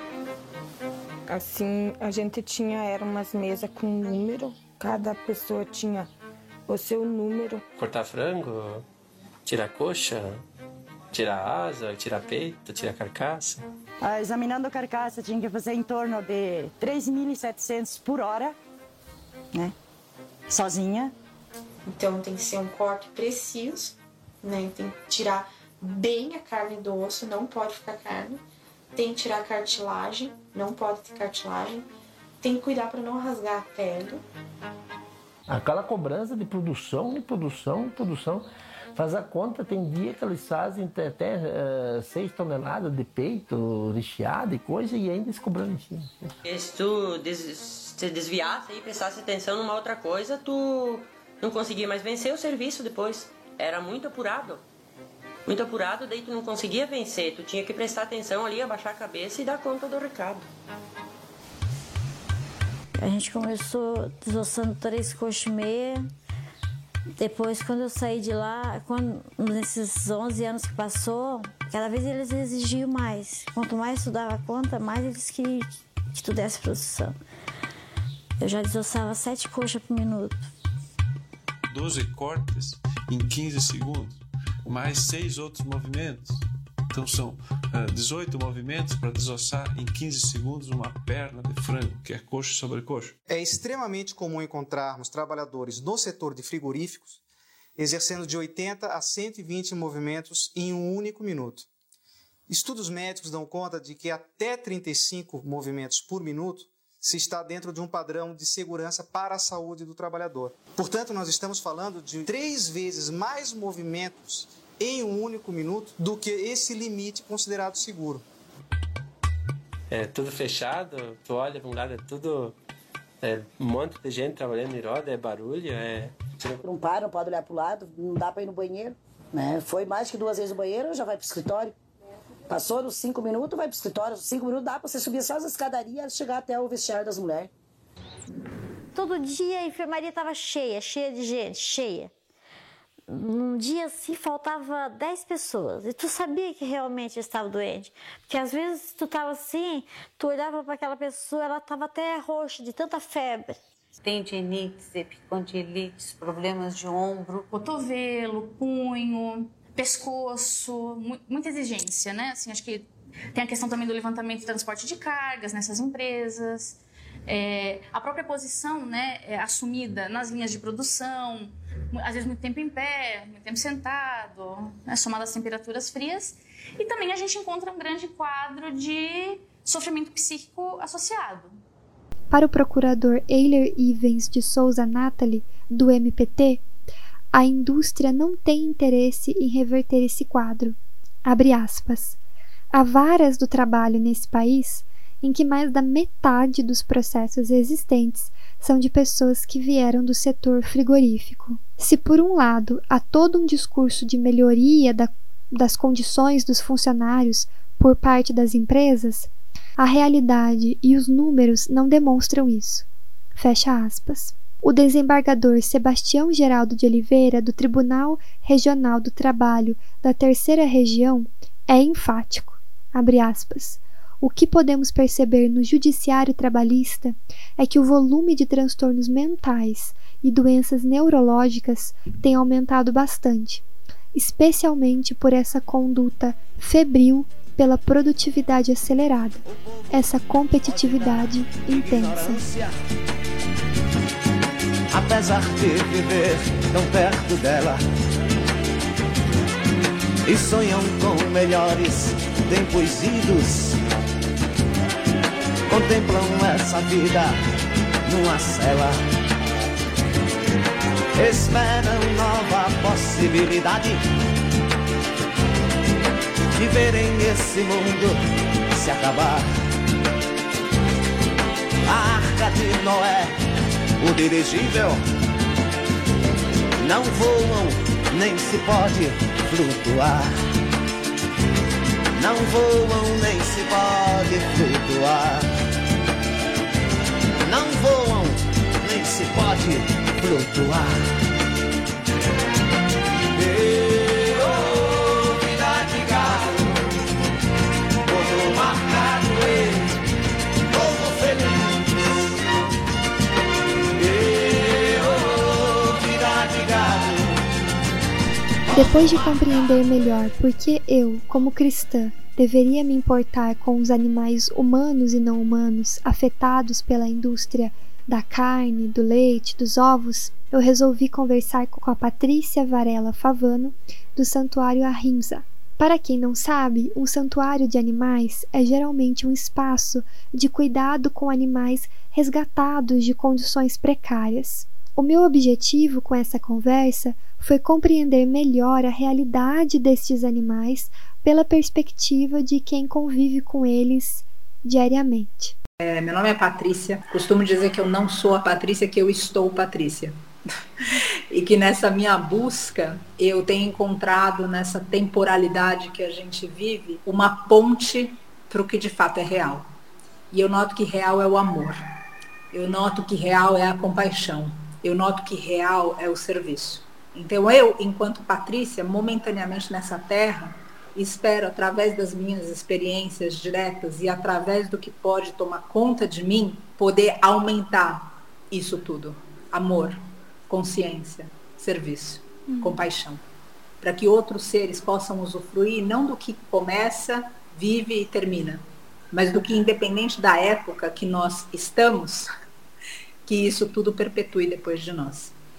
Assim, a gente tinha, eram umas mesas com número, cada pessoa tinha o seu número. Cortar frango, tirar coxa, tirar asa, tirar peito, tirar carcaça. Ah, examinando a carcaça tinha que fazer em torno de três mil e setecentos por hora, né? Sozinha. Então tem que ser um corte preciso, né? Tem que tirar bem a carne do osso, não pode ficar carne. Tem que tirar a cartilagem, não pode ter cartilagem. Tem que cuidar para não rasgar a pele. Aquela cobrança de produção, de produção, de produção. Faz a conta, tem dia que eles fazem até uh, seis toneladas de peito recheado e coisa, e ainda se cobrando em cima. Se tu des se desviasse e prestasse atenção numa outra coisa, tu não conseguia mais vencer o serviço depois. Era muito apurado. Muito apurado, daí tu não conseguia vencer. Tu tinha que prestar atenção ali, abaixar a cabeça e dar conta do recado. A gente começou desossando três coxas e meia. Depois, quando eu saí de lá, quando, nesses onze anos que passou, cada vez eles exigiam mais. Quanto mais tu dava conta, mais eles queriam que tu desse produção. Eu já desossava sete coxas por minuto. doze cortes em quinze segundos, mais seis outros movimentos. Então são uh, dezoito movimentos para desossar em quinze segundos uma perna de frango, que é coxa sobre coxa. É extremamente comum encontrarmos trabalhadores no setor de frigoríficos exercendo de oitenta a cento e vinte movimentos em um único minuto. Estudos médicos dão conta de que até trinta e cinco movimentos por minuto se está dentro de um padrão de segurança para a saúde do trabalhador. Portanto, nós estamos falando de três vezes mais movimentos em um único minuto do que esse limite considerado seguro. É tudo fechado, tu olha para um lado, é tudo... É um monte de gente trabalhando em roda, é barulho, é... Não para, não pode olhar para o lado, não dá para ir no banheiro, né? Foi mais que duas vezes no banheiro, já vai para o escritório. Passou nos cinco minutos, vai para o escritório. Cinco minutos dá para você subir só as escadarias e chegar até o vestiário das mulheres. Todo dia a enfermaria estava cheia, cheia de gente, cheia. Num dia assim faltava dez pessoas e tu sabia que realmente estava doente. Porque às vezes tu estava assim, tu olhava para aquela pessoa, ela estava até roxa de tanta febre. Tendinites, epicondilites, problemas de ombro, cotovelo, punho, pescoço, muita exigência, né? Assim, acho que tem a questão também do levantamento e transporte de cargas nessas empresas, é, a própria posição, né, é, assumida nas linhas de produção, às vezes muito tempo em pé, muito tempo sentado, né, somado às temperaturas frias, e também a gente encontra um grande quadro de sofrimento psíquico associado. Para o procurador Euler Ivens de Souza Nathalie, do M P T, a indústria não tem interesse em reverter esse quadro. Abre aspas. Há varas do trabalho nesse país em que mais da metade dos processos existentes são de pessoas que vieram do setor frigorífico. Se por um lado há todo um discurso de melhoria da, das condições dos funcionários por parte das empresas, a realidade e os números não demonstram isso. Fecha aspas. O desembargador Sebastião Geraldo de Oliveira, do Tribunal Regional do Trabalho da Terceira Região, é enfático. Abre aspas. O que podemos perceber no judiciário trabalhista é que o volume de transtornos mentais e doenças neurológicas tem aumentado bastante, especialmente por essa conduta febril pela produtividade acelerada, essa competitividade intensa. Apesar de viver tão perto dela e sonham com melhores tempos idos, contemplam essa vida numa cela, esperam nova possibilidade de verem esse mundo se acabar. A Arca de Noé, o dirigível, não voam, nem se pode flutuar. Não voam, nem se pode flutuar. Não voam, nem se pode flutuar. E, oh, vida de galo, povo marcado e povo feliz. Depois de compreender melhor por que eu, como cristã, deveria me importar com os animais humanos e não humanos afetados pela indústria da carne, do leite, dos ovos, eu resolvi conversar com a Patrícia Varela Favano, do Santuário Ahimsa. Para quem não sabe, um santuário de animais é geralmente um espaço de cuidado com animais resgatados de condições precárias. O meu objetivo com essa conversa foi compreender melhor a realidade destes animais pela perspectiva de quem convive com eles diariamente. É, meu nome é Patrícia, costumo dizer que eu não sou a Patrícia, que eu estou Patrícia. E que nessa minha busca eu tenho encontrado nessa temporalidade que a gente vive uma ponte para o que de fato é real. E eu noto que real é o amor, eu noto que real é a compaixão, eu noto que real é o serviço. Então eu, enquanto Patrícia, momentaneamente nessa terra, espero, através das minhas experiências diretas e através do que pode tomar conta de mim, poder aumentar isso tudo. Amor, consciência, serviço, hum. compaixão. Para que outros seres possam usufruir não do que começa, vive e termina, mas do que, independente da época que nós estamos, que isso tudo perpetue depois de nós.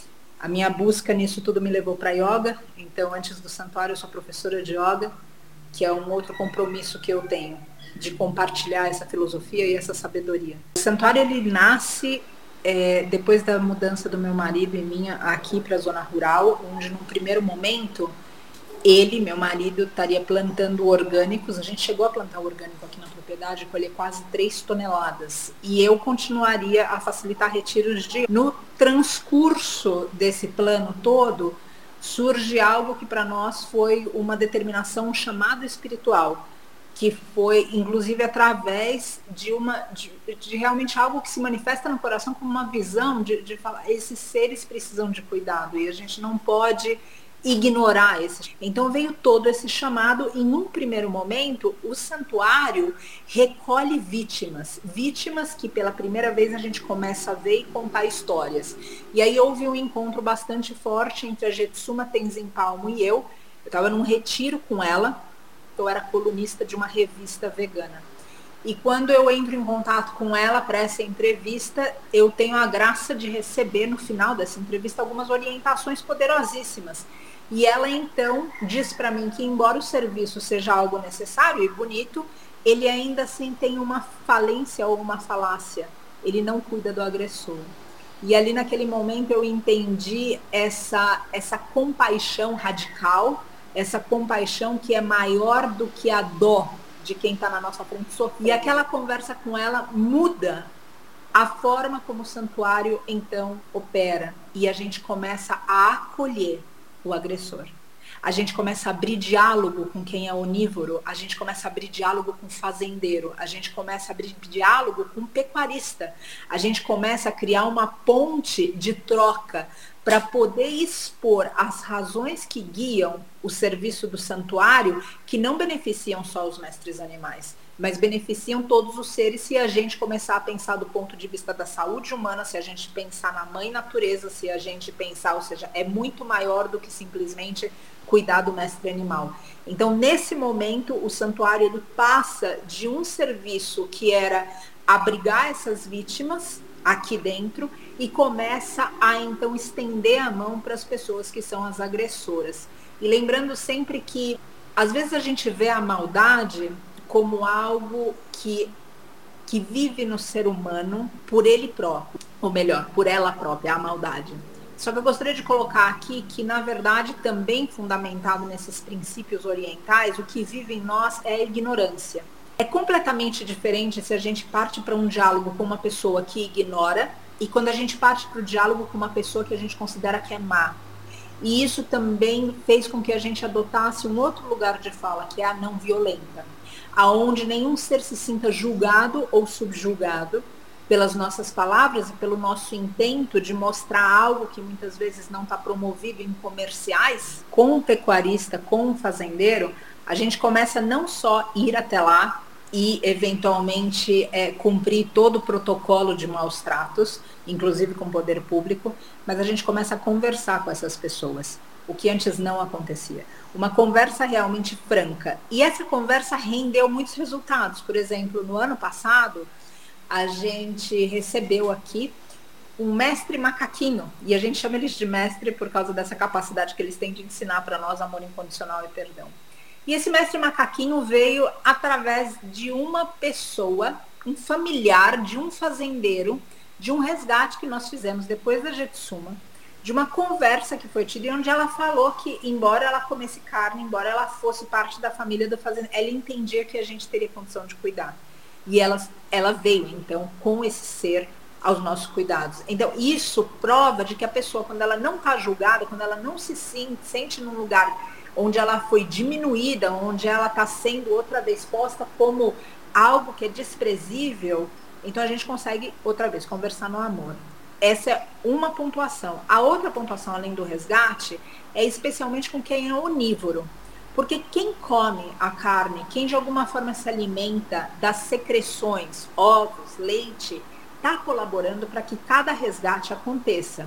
A minha busca nisso tudo me levou para yoga. Então, antes do santuário, eu sou professora de yoga, que é um outro compromisso que eu tenho, de compartilhar essa filosofia e essa sabedoria. O santuário, ele nasce é, depois da mudança do meu marido e minha aqui para a zona rural, onde num primeiro momento ele, meu marido, estaria plantando orgânicos. A gente chegou a plantar orgânico aqui na propriedade, colher quase três toneladas. E eu continuaria a facilitar retiros de... No transcurso desse plano todo, surge algo que para nós foi uma determinação, um chamado espiritual, que foi, inclusive, através de, uma, de, de realmente algo que se manifesta no coração como uma visão de, de falar, esses seres precisam de cuidado e a gente não pode ignorar esse. Então veio todo esse chamado. Em um primeiro momento, o santuário recolhe vítimas, vítimas que pela primeira vez a gente começa a ver e contar histórias. E aí houve um encontro bastante forte entre a Jetsuma Tenzin Palmo e eu. Eu estava num retiro com ela, eu era colunista de uma revista vegana. E quando eu entro em contato com ela para essa entrevista, eu tenho a graça de receber no final dessa entrevista algumas orientações poderosíssimas. E ela então diz para mim que, embora o serviço seja algo necessário e bonito, ele ainda assim tem uma falência ou uma falácia. Ele não cuida do agressor. E ali naquele momento eu entendi essa, essa compaixão radical, essa compaixão que é maior do que a dó de quem está na nossa frente sofrendo. E aquela conversa com ela muda a forma como o santuário então opera. E a gente começa a acolher o agressor. A gente começa a abrir diálogo com quem é onívoro, a gente começa a abrir diálogo com o fazendeiro, a gente começa a abrir diálogo com o pecuarista, a gente começa a criar uma ponte de troca para poder expor as razões que guiam o serviço do santuário, que não beneficiam só os mestres animais, mas beneficiam todos os seres se a gente começar a pensar do ponto de vista da saúde humana, se a gente pensar na mãe natureza, se a gente pensar, ou seja, é muito maior do que simplesmente cuidar do mestre animal. Então, nesse momento, o santuário ele passa de um serviço que era abrigar essas vítimas aqui dentro e começa a, então, estender a mão para as pessoas que são as agressoras. E lembrando sempre que, às vezes, a gente vê a maldade como algo que, que vive no ser humano por ele próprio, ou melhor, por ela própria, a maldade. Só que eu gostaria de colocar aqui que, na verdade, também fundamentado nesses princípios orientais, o que vive em nós é a ignorância. É completamente diferente se a gente parte para um diálogo com uma pessoa que ignora e quando a gente parte para o diálogo com uma pessoa que a gente considera que é má. E isso também fez com que a gente adotasse um outro lugar de fala, que é a não violenta, aonde nenhum ser se sinta julgado ou subjugado pelas nossas palavras e pelo nosso intento de mostrar algo que muitas vezes não está promovido em comerciais. Com o pecuarista, com o fazendeiro, a gente começa não só ir até lá e eventualmente é, cumprir todo o protocolo de maus tratos, inclusive com o poder público, mas a gente começa a conversar com essas pessoas, o que antes não acontecia. Uma conversa realmente franca. E essa conversa rendeu muitos resultados. Por exemplo, no ano passado, a gente recebeu aqui um mestre macaquinho, e a gente chama eles de mestre por causa dessa capacidade que eles têm de ensinar para nós amor incondicional e perdão. E esse mestre macaquinho veio através de uma pessoa, um familiar de um fazendeiro, de um resgate que nós fizemos depois da Jetsuma, de uma conversa que foi tida, onde ela falou que, embora ela comesse carne, embora ela fosse parte da família do fazendeiro, ela entendia que a gente teria condição de cuidar. E ela, ela veio, então, com esse ser aos nossos cuidados. Então, isso prova de que a pessoa, quando ela não está julgada, quando ela não se sente, sente num lugar onde ela foi diminuída, onde ela está sendo outra vez posta como algo que é desprezível, então a gente consegue, outra vez, conversar no amor. Essa é uma pontuação. A outra pontuação, além do resgate, é especialmente com quem é onívoro. Porque quem come a carne, quem de alguma forma se alimenta das secreções, ovos, leite, está colaborando para que cada resgate aconteça.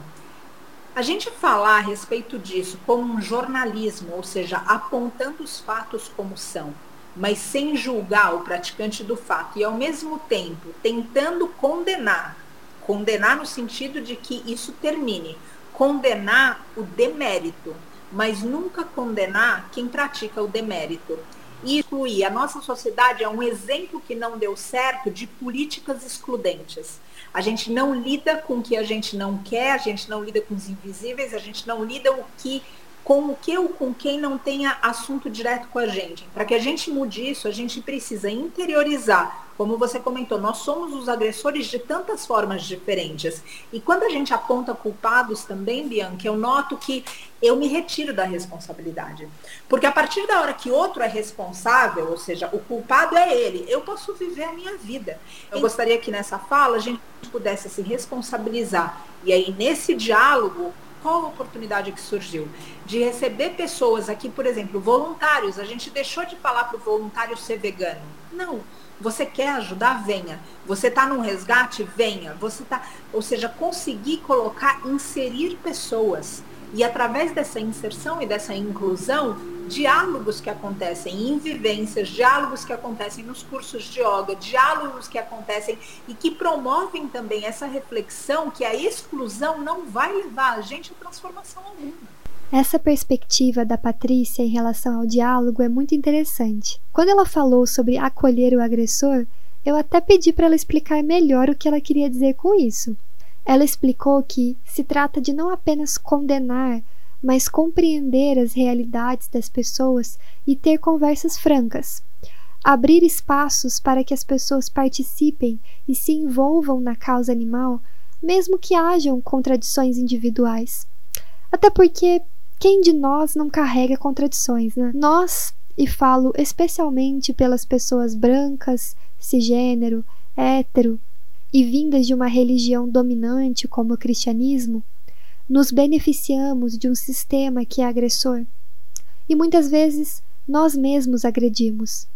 A gente falar a respeito disso como um jornalismo, ou seja, apontando os fatos como são, mas sem julgar o praticante do fato e ao mesmo tempo tentando condenar, condenar no sentido de que isso termine, condenar o demérito, mas nunca condenar quem pratica o demérito. E excluir. A nossa sociedade é um exemplo que não deu certo de políticas excludentes. A gente não lida com o que a gente não quer, a gente não lida com os invisíveis, a gente não lida o que, com o que ou com quem não tenha assunto direto com a gente. Para que a gente mude isso, a gente precisa interiorizar. Como você comentou, nós somos os agressores de tantas formas diferentes. E quando a gente aponta culpados também, Bianca, eu noto que eu me retiro da responsabilidade. Porque a partir da hora que outro é responsável, ou seja, o culpado é ele, eu posso viver a minha vida. Eu gostaria que nessa fala a gente pudesse se responsabilizar. E aí, nesse diálogo, qual a oportunidade que surgiu? De receber pessoas aqui, por exemplo, voluntários. A gente deixou de falar para o voluntário ser vegano. Não. Você quer ajudar? Venha. Você está num resgate? Venha. Você tá, ou seja, conseguir colocar, inserir pessoas. E através dessa inserção e dessa inclusão, diálogos que acontecem em vivências, diálogos que acontecem nos cursos de yoga, diálogos que acontecem e que promovem também essa reflexão que a exclusão não vai levar a gente a transformação alguma. Essa perspectiva da Patrícia em relação ao diálogo é muito interessante. Quando ela falou sobre acolher o agressor, eu até pedi para ela explicar melhor o que ela queria dizer com isso. Ela explicou que se trata de não apenas condenar, mas compreender as realidades das pessoas e ter conversas francas. Abrir espaços para que as pessoas participem e se envolvam na causa animal, mesmo que hajam contradições individuais. Até porque quem de nós não carrega contradições, né? Nós, e falo especialmente pelas pessoas brancas, cisgênero, hétero e vindas de uma religião dominante como o cristianismo, nos beneficiamos de um sistema que é agressor. E muitas vezes nós mesmos agredimos.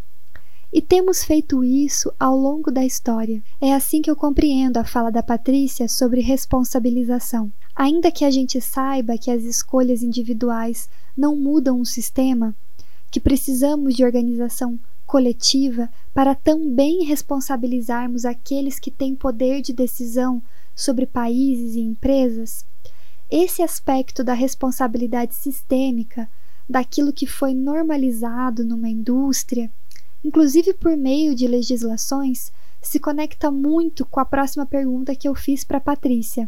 E temos feito isso ao longo da história. É assim que eu compreendo a fala da Patrícia sobre responsabilização. Ainda que a gente saiba que as escolhas individuais não mudam o sistema, que precisamos de organização coletiva para também responsabilizarmos aqueles que têm poder de decisão sobre países e empresas, esse aspecto da responsabilidade sistêmica, daquilo que foi normalizado numa indústria, inclusive por meio de legislações, se conecta muito com a próxima pergunta que eu fiz para a Patrícia.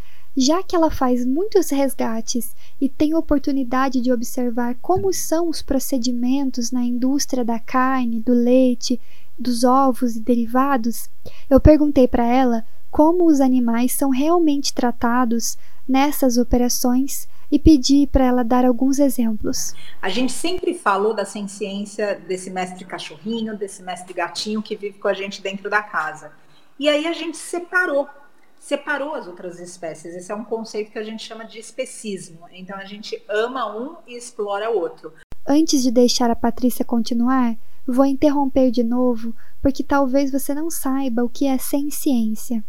Já que ela faz muitos resgates e tem oportunidade de observar como são os procedimentos na indústria da carne, do leite, dos ovos e derivados, eu perguntei para ela como os animais são realmente tratados nessas operações e pedi para ela dar alguns exemplos. A gente sempre falou da ciência desse mestre cachorrinho, desse mestre gatinho que vive com a gente dentro da casa. E aí a gente separou, separou as outras espécies. Esse é um conceito que a gente chama de especismo. Então a gente ama um e explora o outro. Antes de deixar a Patrícia continuar, vou interromper de novo, porque talvez você não saiba o que é senciência.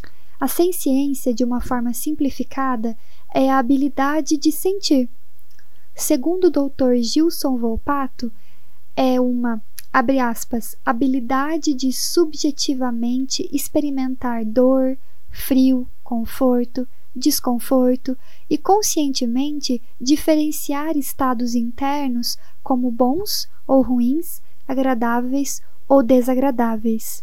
A senciência, de uma forma simplificada, é a habilidade de sentir. Segundo o doutor Gilson Volpato, é uma, abre aspas, habilidade de subjetivamente experimentar dor, frio, conforto, desconforto e conscientemente diferenciar estados internos como bons ou ruins, agradáveis ou desagradáveis.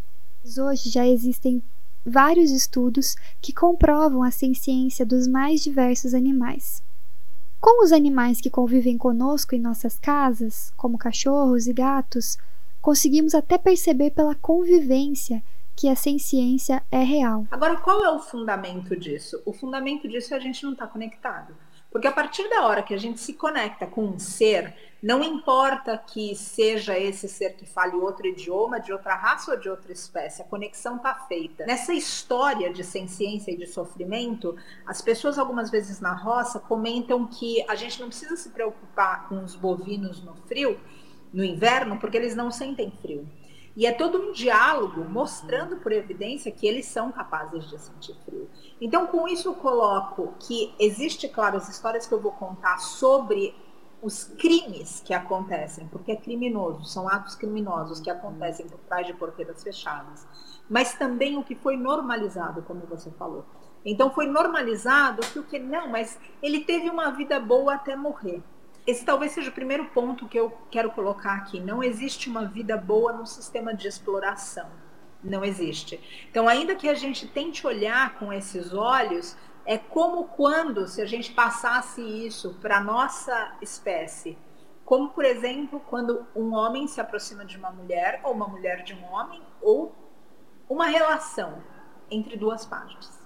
Hoje já existem vários estudos que comprovam a senciência dos mais diversos animais. Com os animais que convivem conosco em nossas casas, como cachorros e gatos, conseguimos até perceber pela convivência que a senciência é real. Agora, qual é o fundamento disso? O fundamento disso é a gente não estar conectado. Porque a partir da hora que a gente se conecta com um ser, não importa que seja esse ser que fale outro idioma, de outra raça ou de outra espécie, a conexão está feita. Nessa história de senciência e de sofrimento, as pessoas algumas vezes na roça comentam que a gente não precisa se preocupar com os bovinos no frio, no inverno, porque eles não sentem frio. E é todo um diálogo mostrando por evidência que eles são capazes de sentir frio. Então, com isso eu coloco que existe, claro, as histórias que eu vou contar sobre os crimes que acontecem, porque é criminoso, são atos criminosos que acontecem por trás de porteiras fechadas, mas também o que foi normalizado, como você falou. Então foi normalizado que o que não, mas ele teve uma vida boa até morrer. Esse talvez seja o primeiro ponto que eu quero colocar aqui. Não existe uma vida boa no sistema de exploração. Não existe. Então, ainda que a gente tente olhar com esses olhos, é como quando, se a gente passasse isso para a nossa espécie, como, por exemplo, quando um homem se aproxima de uma mulher, ou uma mulher de um homem, ou uma relação entre duas partes.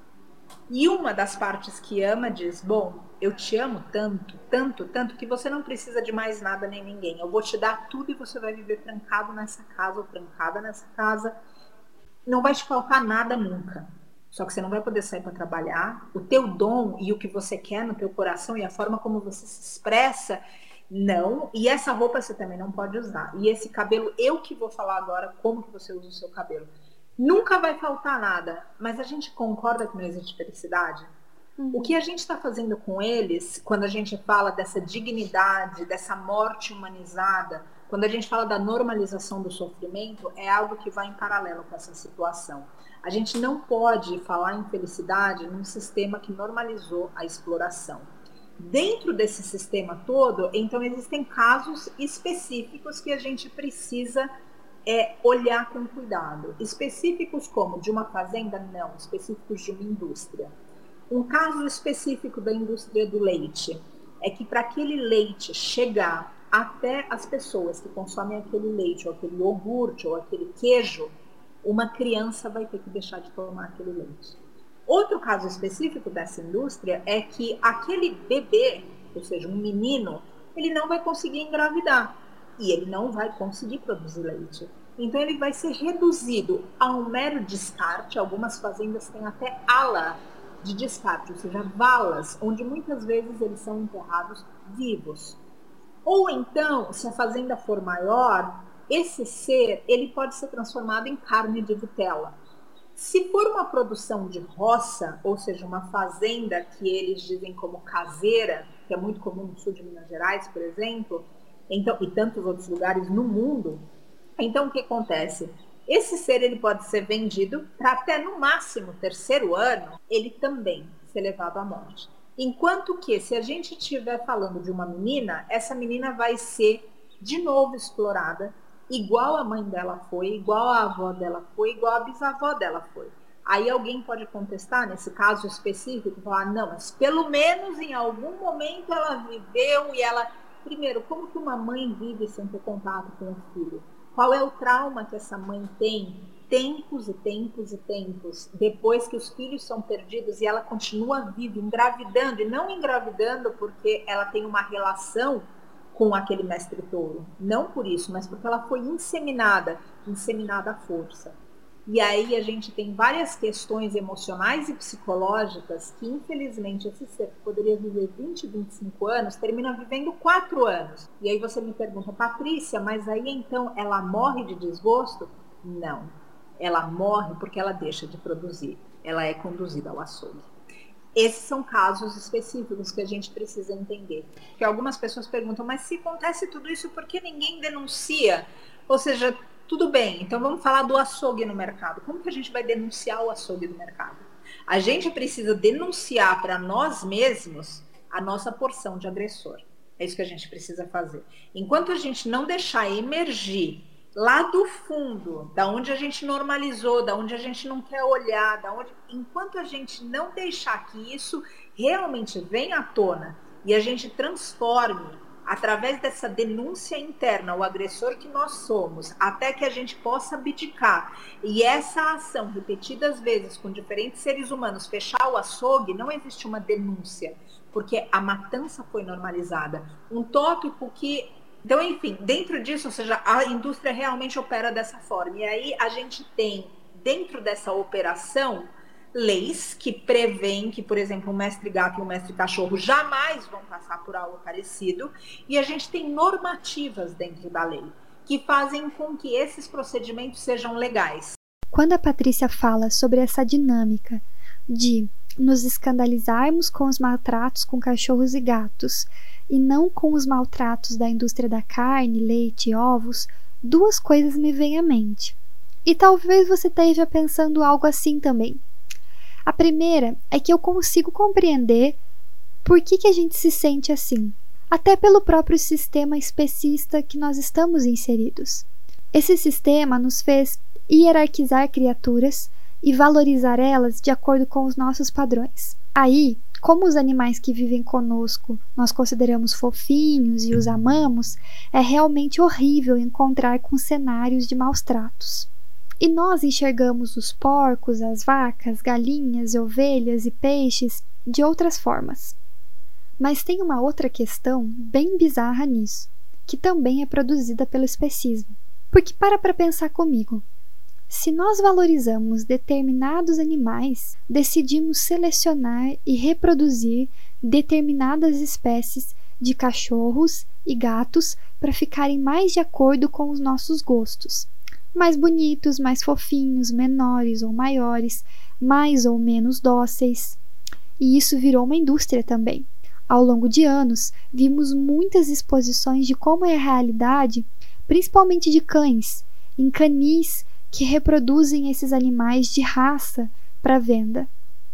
E uma das partes que ama diz, bom, eu te amo tanto, tanto, tanto, que você não precisa de mais nada nem ninguém. Eu vou te dar tudo e você vai viver trancado nessa casa ou trancada nessa casa. Não vai te faltar nada nunca. Só que você não vai poder sair para trabalhar. O teu dom e o que você quer no teu coração e a forma como você se expressa, não. E essa roupa você também não pode usar. E esse cabelo, eu que vou falar agora como que você usa o seu cabelo. Nunca vai faltar nada, mas a gente concorda que não existe felicidade? Uhum. O que a gente está fazendo com eles, quando a gente fala dessa dignidade, dessa morte humanizada, quando a gente fala da normalização do sofrimento, é algo que vai em paralelo com essa situação. A gente não pode falar em felicidade num sistema que normalizou a exploração. Dentro desse sistema todo, então existem casos específicos que a gente precisa é olhar com cuidado. Específicos como de uma fazenda? Não. Específicos de uma indústria. Um caso específico da indústria do leite é que para aquele leite chegar até as pessoas que consomem aquele leite, ou aquele iogurte, ou aquele queijo, uma criança vai ter que deixar de tomar aquele leite. Outro caso específico dessa indústria é que aquele bebê, ou seja, um menino, ele não vai conseguir engravidar. E ele não vai conseguir produzir leite. Então ele vai ser reduzido a um mero descarte. Algumas fazendas têm até ala de descarte, ou seja, valas, onde muitas vezes eles são enterrados vivos. Ou então, se a fazenda for maior, esse ser ele pode ser transformado em carne de vitela. Se for uma produção de roça, ou seja, uma fazenda que eles dizem como caseira, que é muito comum no sul de Minas Gerais, por exemplo, então, e tantos outros lugares no mundo, então o que acontece? Esse ser ele pode ser vendido para até no máximo terceiro ano, ele também ser levado à morte. Enquanto que se a gente estiver falando de uma menina, essa menina vai ser de novo explorada, igual a mãe dela foi, igual a avó dela foi, igual a bisavó dela foi. Aí alguém pode contestar, nesse caso específico, falar, não, mas pelo menos em algum momento ela viveu e ela... Primeiro, como que uma mãe vive sem ter contato com o filho? Qual é o trauma que essa mãe tem tempos e tempos e tempos depois que os filhos são perdidos e ela continua viva, engravidando, e não engravidando porque ela tem uma relação com aquele mestre touro. Não por isso, mas porque ela foi inseminada, inseminada à força. E aí a gente tem várias questões emocionais e psicológicas que, infelizmente, esse ser que poderia viver vinte, vinte e cinco anos, termina vivendo quatro anos. E aí você me pergunta, Patrícia, mas aí então ela morre de desgosto? Não. Ela morre porque ela deixa de produzir. Ela é conduzida ao açougue. Esses são casos específicos que a gente precisa entender. Porque algumas pessoas perguntam, mas se acontece tudo isso, por que ninguém denuncia? Ou seja... Tudo bem, então vamos falar do açougue no mercado. Como que a gente vai denunciar o açougue do mercado? A gente precisa denunciar para nós mesmos a nossa porção de agressor. É isso que a gente precisa fazer. Enquanto a gente não deixar emergir lá do fundo, da onde a gente normalizou, da onde a gente não quer olhar, da onde... enquanto a gente não deixar que isso realmente venha à tona e a gente transforme através dessa denúncia interna, o agressor que nós somos, até que a gente possa abdicar. E essa ação, repetidas vezes com diferentes seres humanos, fechar o açougue, não existe uma denúncia, porque a matança foi normalizada. Um tópico que... Então, enfim, dentro disso, ou seja, a indústria realmente opera dessa forma. E aí a gente tem, dentro dessa operação, leis que prevêem que, por exemplo, o mestre gato e o mestre cachorro jamais vão passar por algo parecido, e a gente tem normativas dentro da lei que fazem com que esses procedimentos sejam legais. Quando a Patrícia fala sobre essa dinâmica de nos escandalizarmos com os maltratos com cachorros e gatos e não com os maltratos da indústria da carne, leite e ovos, duas coisas me vêm à mente. E talvez você esteja pensando algo assim também. A primeira é que eu consigo compreender por que, que a gente se sente assim, até pelo próprio sistema especista que nós estamos inseridos. Esse sistema nos fez hierarquizar criaturas e valorizar elas de acordo com os nossos padrões. Aí, como os animais que vivem conosco nós consideramos fofinhos e os amamos, é realmente horrível encontrar com cenários de maus tratos. E nós enxergamos os porcos, as vacas, galinhas, ovelhas e peixes de outras formas. Mas tem uma outra questão bem bizarra nisso, que também é produzida pelo especismo. Porque para para pensar comigo. Se nós valorizamos determinados animais, decidimos selecionar e reproduzir determinadas espécies de cachorros e gatos para ficarem mais de acordo com os nossos gostos. Mais bonitos, mais fofinhos, menores ou maiores, mais ou menos dóceis. E isso virou uma indústria também. Ao longo de anos, vimos muitas exposições de como é a realidade, principalmente de cães, em canis que reproduzem esses animais de raça para venda.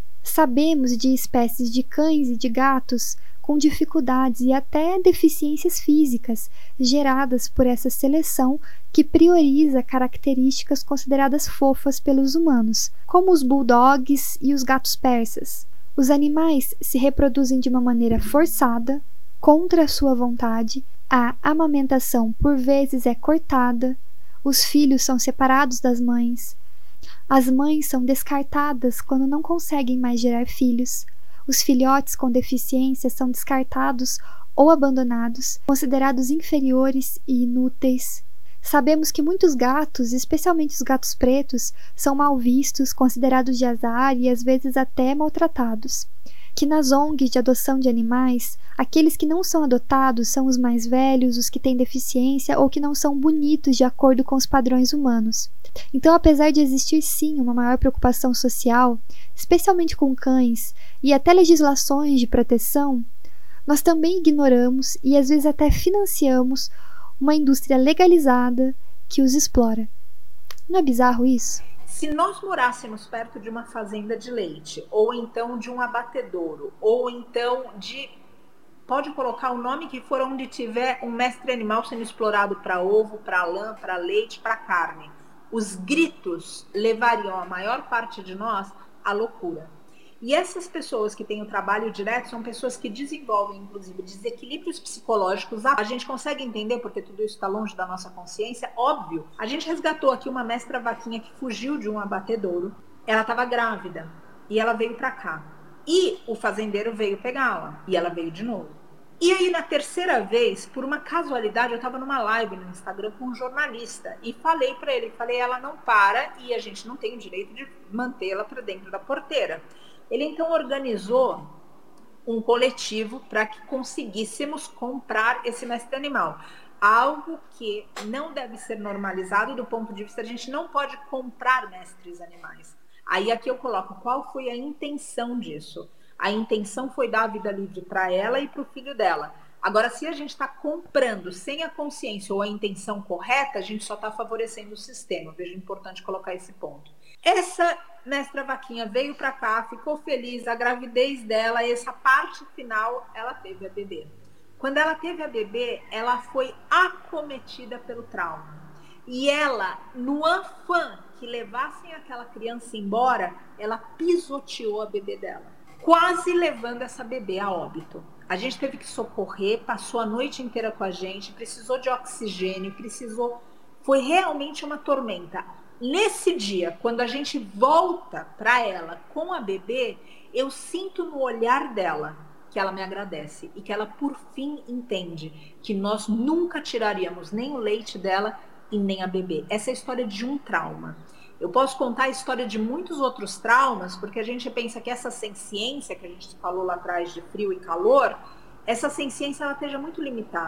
Sabemos de espécies de cães e de gatos com dificuldades e até deficiências físicas geradas por essa seleção que prioriza características consideradas fofas pelos humanos, como os bulldogs e os gatos persas. Os animais se reproduzem de uma maneira forçada, contra a sua vontade, a amamentação por vezes é cortada, os filhos são separados das mães, as mães são descartadas quando não conseguem mais gerar filhos, os filhotes com deficiência são descartados ou abandonados, considerados inferiores e inúteis. Sabemos que muitos gatos, especialmente os gatos pretos, são mal vistos, considerados de azar e às vezes até maltratados. Que nas O N Gs de adoção de animais, aqueles que não são adotados são os mais velhos, os que têm deficiência ou que não são bonitos de acordo com os padrões humanos. Então, apesar de existir sim uma maior preocupação social, especialmente com cães, e até legislações de proteção, nós também ignoramos e às vezes até financiamos uma indústria legalizada que os explora. Não é bizarro isso? Se nós morássemos perto de uma fazenda de leite, ou então de um abatedouro, ou então de... pode colocar o nome que for onde tiver um mestre animal sendo explorado para ovo, para lã, para leite, para carne. Os gritos levariam a maior parte de nós à loucura. E essas pessoas que têm o trabalho direto são pessoas que desenvolvem, inclusive, desequilíbrios psicológicos. A gente consegue entender porque tudo isso está longe da nossa consciência? Óbvio. A gente resgatou aqui uma mestra vaquinha que fugiu de um abatedouro. Ela estava grávida e ela veio para cá. E o fazendeiro veio pegá-la e ela veio de novo. E aí, na terceira vez, por uma casualidade, eu estava numa live no Instagram com um jornalista e falei para ele, falei, ela não para e a gente não tem o direito de mantê-la para dentro da porteira. Ele então organizou um coletivo para que conseguíssemos comprar esse mestre animal. Algo que não deve ser normalizado do ponto de vista, a gente não pode comprar mestres animais. Aí aqui eu coloco qual foi a intenção disso. A intenção foi dar a vida livre para ela e para o filho dela. Agora, se a gente está comprando sem a consciência ou a intenção correta, a gente só está favorecendo o sistema. Vejo importante colocar esse ponto. Essa mestra vaquinha veio para cá, ficou feliz, a gravidez dela, essa parte final, ela teve a bebê. Quando ela teve a bebê, ela foi acometida pelo trauma. E ela, no afã que levassem aquela criança embora, ela pisoteou a bebê dela, quase levando essa bebê a óbito. A gente teve que socorrer, passou a noite inteira com a gente, precisou de oxigênio, precisou... Foi realmente uma tormenta. Nesse dia, quando a gente volta para ela com a bebê, eu sinto no olhar dela que ela me agradece e que ela, por fim, entende que nós nunca tiraríamos nem o leite dela e nem a bebê. Essa é a história de um trauma. Eu posso contar a história de muitos outros traumas, porque a gente pensa que essa senciência que a gente falou lá atrás de frio e calor, essa senciência ela esteja muito limitada.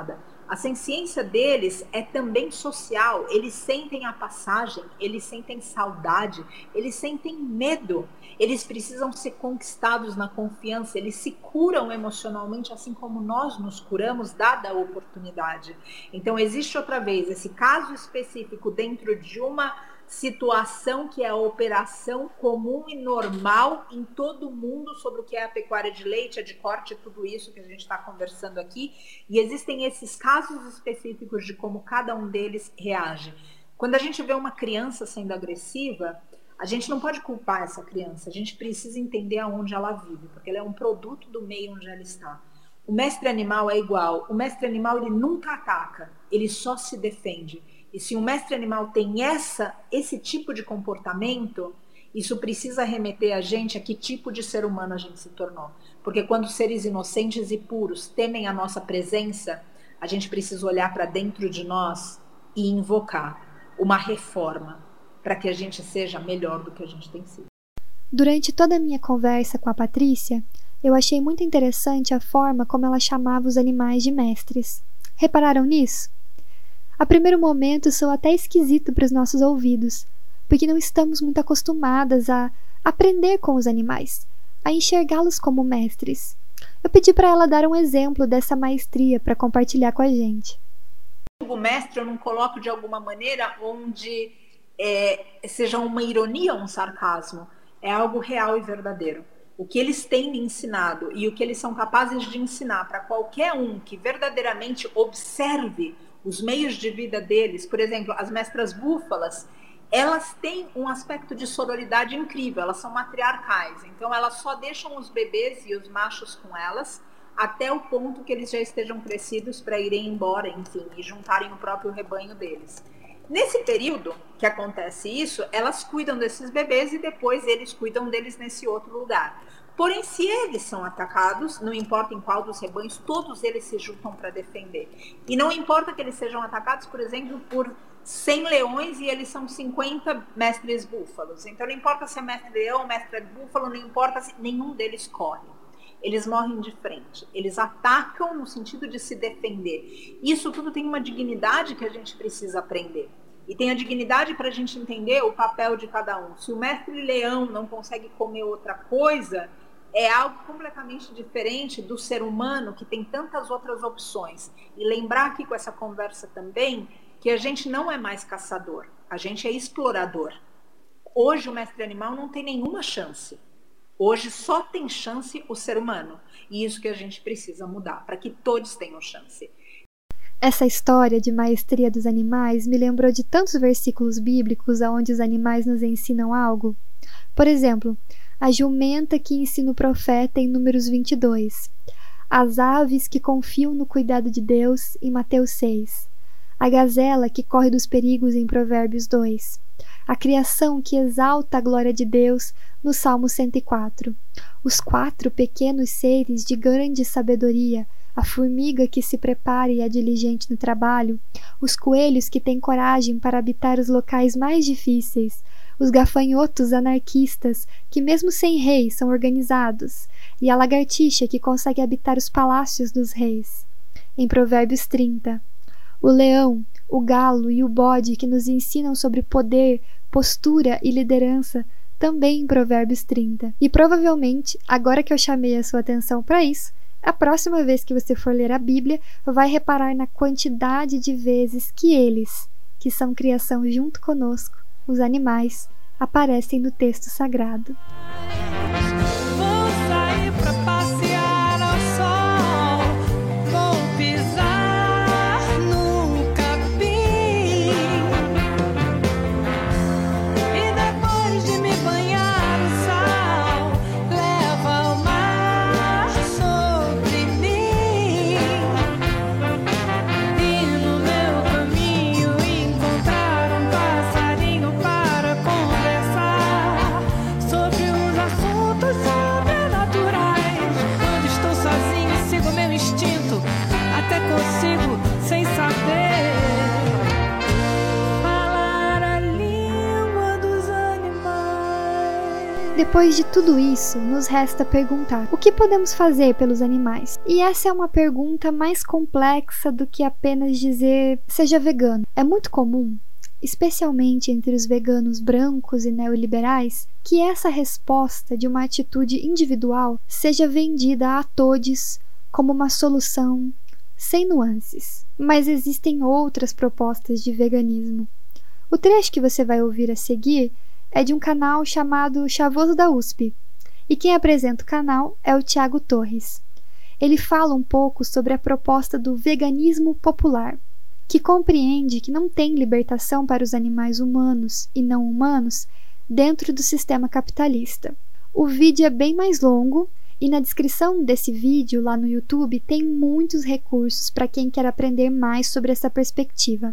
A senciência deles é também social. Eles sentem a passagem, eles sentem saudade, eles sentem medo. Eles precisam ser conquistados na confiança, eles se curam emocionalmente, assim como nós nos curamos, dada a oportunidade. Então, existe outra vez esse caso específico dentro de uma situação que é a operação comum e normal em todo mundo sobre o que é a pecuária de leite, a de corte, tudo isso que a gente está conversando aqui. E existem esses casos específicos de como cada um deles reage. Quando a gente vê uma criança sendo agressiva, a gente não pode culpar essa criança, a gente precisa entender aonde ela vive, porque ela é um produto do meio onde ela está. O mestre animal é igual, o mestre animal ele nunca ataca, ele só se defende. E se um mestre animal tem essa, esse tipo de comportamento, isso precisa remeter a gente a que tipo de ser humano a gente se tornou. Porque quando seres inocentes e puros temem a nossa presença, a gente precisa olhar para dentro de nós e invocar uma reforma, para que a gente seja melhor do que a gente tem sido. Durante toda a minha conversa com a Patrícia, eu achei muito interessante a forma como ela chamava os animais de mestres. Repararam nisso? A primeiro momento soa até esquisito para os nossos ouvidos, porque não estamos muito acostumadas a aprender com os animais, a enxergá-los como mestres. Eu pedi para ela dar um exemplo dessa maestria para compartilhar com a gente. O mestre eu não coloco de alguma maneira onde é, seja uma ironia ou um sarcasmo. É algo real e verdadeiro. O que eles têm me ensinado e o que eles são capazes de ensinar para qualquer um que verdadeiramente observe os meios de vida deles. Por exemplo, as mestras búfalas, elas têm um aspecto de sororidade incrível, elas são matriarcais, então elas só deixam os bebês e os machos com elas até o ponto que eles já estejam crescidos para irem embora, enfim, e juntarem o próprio rebanho deles. Nesse período que acontece isso, elas cuidam desses bebês e depois eles cuidam deles nesse outro lugar. Porém, se eles são atacados, não importa em qual dos rebanhos, todos eles se juntam para defender. E não importa que eles sejam atacados, por exemplo, por cem leões e eles são cinquenta mestres búfalos. Então não importa se é mestre leão ou mestre búfalo, não importa se nenhum deles corre. Eles morrem de frente. Eles atacam no sentido de se defender. Isso tudo tem uma dignidade que a gente precisa aprender. E tem a dignidade para a gente entender o papel de cada um. Se o mestre leão não consegue comer outra coisa, é algo completamente diferente do ser humano que tem tantas outras opções. E lembrar aqui com essa conversa também que a gente não é mais caçador, a gente é explorador. Hoje o mestre animal não tem nenhuma chance. Hoje só tem chance o ser humano. E isso que a gente precisa mudar, para que todos tenham chance. Essa história de maestria dos animais me lembrou de tantos versículos bíblicos onde os animais nos ensinam algo. Por exemplo, a jumenta que ensina o profeta em Números vinte e dois. As aves que confiam no cuidado de Deus em Mateus seis. A gazela que corre dos perigos em Provérbios dois. A criação que exalta a glória de Deus no Salmo cento e quatro. Os quatro pequenos seres de grande sabedoria, a formiga que se prepara e é diligente no trabalho, os coelhos que têm coragem para habitar os locais mais difíceis, os gafanhotos anarquistas que mesmo sem rei são organizados, e a lagartixa que consegue habitar os palácios dos reis. Em Provérbios trinta, o leão, o galo e o bode que nos ensinam sobre poder, postura e liderança, também em Provérbios trinta. E provavelmente, agora que eu chamei a sua atenção para isso, a próxima vez que você for ler a Bíblia, vai reparar na quantidade de vezes que eles, que são criação junto conosco, os animais, aparecem no texto sagrado. Vou sair pra passear ao sol, vou pisar no capim, e depois de me banhar o sal, leva o mar sobre mim, e no meu caminho encontrar um passarinho para conversar sobre os assuntos Depois de tudo isso, nos resta perguntar: o que podemos fazer pelos animais? E essa é uma pergunta mais complexa do que apenas dizer seja vegano. É muito comum, especialmente entre os veganos brancos e neoliberais, que essa resposta de uma atitude individual seja vendida a todos como uma solução sem nuances. Mas existem outras propostas de veganismo. O trecho que você vai ouvir a seguir é de um canal chamado Chavoso da U S P, e quem apresenta o canal é o Thiago Torres. Ele fala um pouco sobre a proposta do veganismo popular, que compreende que não tem libertação para os animais humanos e não humanos dentro do sistema capitalista. O vídeo é bem mais longo, e na descrição desse vídeo lá no YouTube tem muitos recursos para quem quer aprender mais sobre essa perspectiva.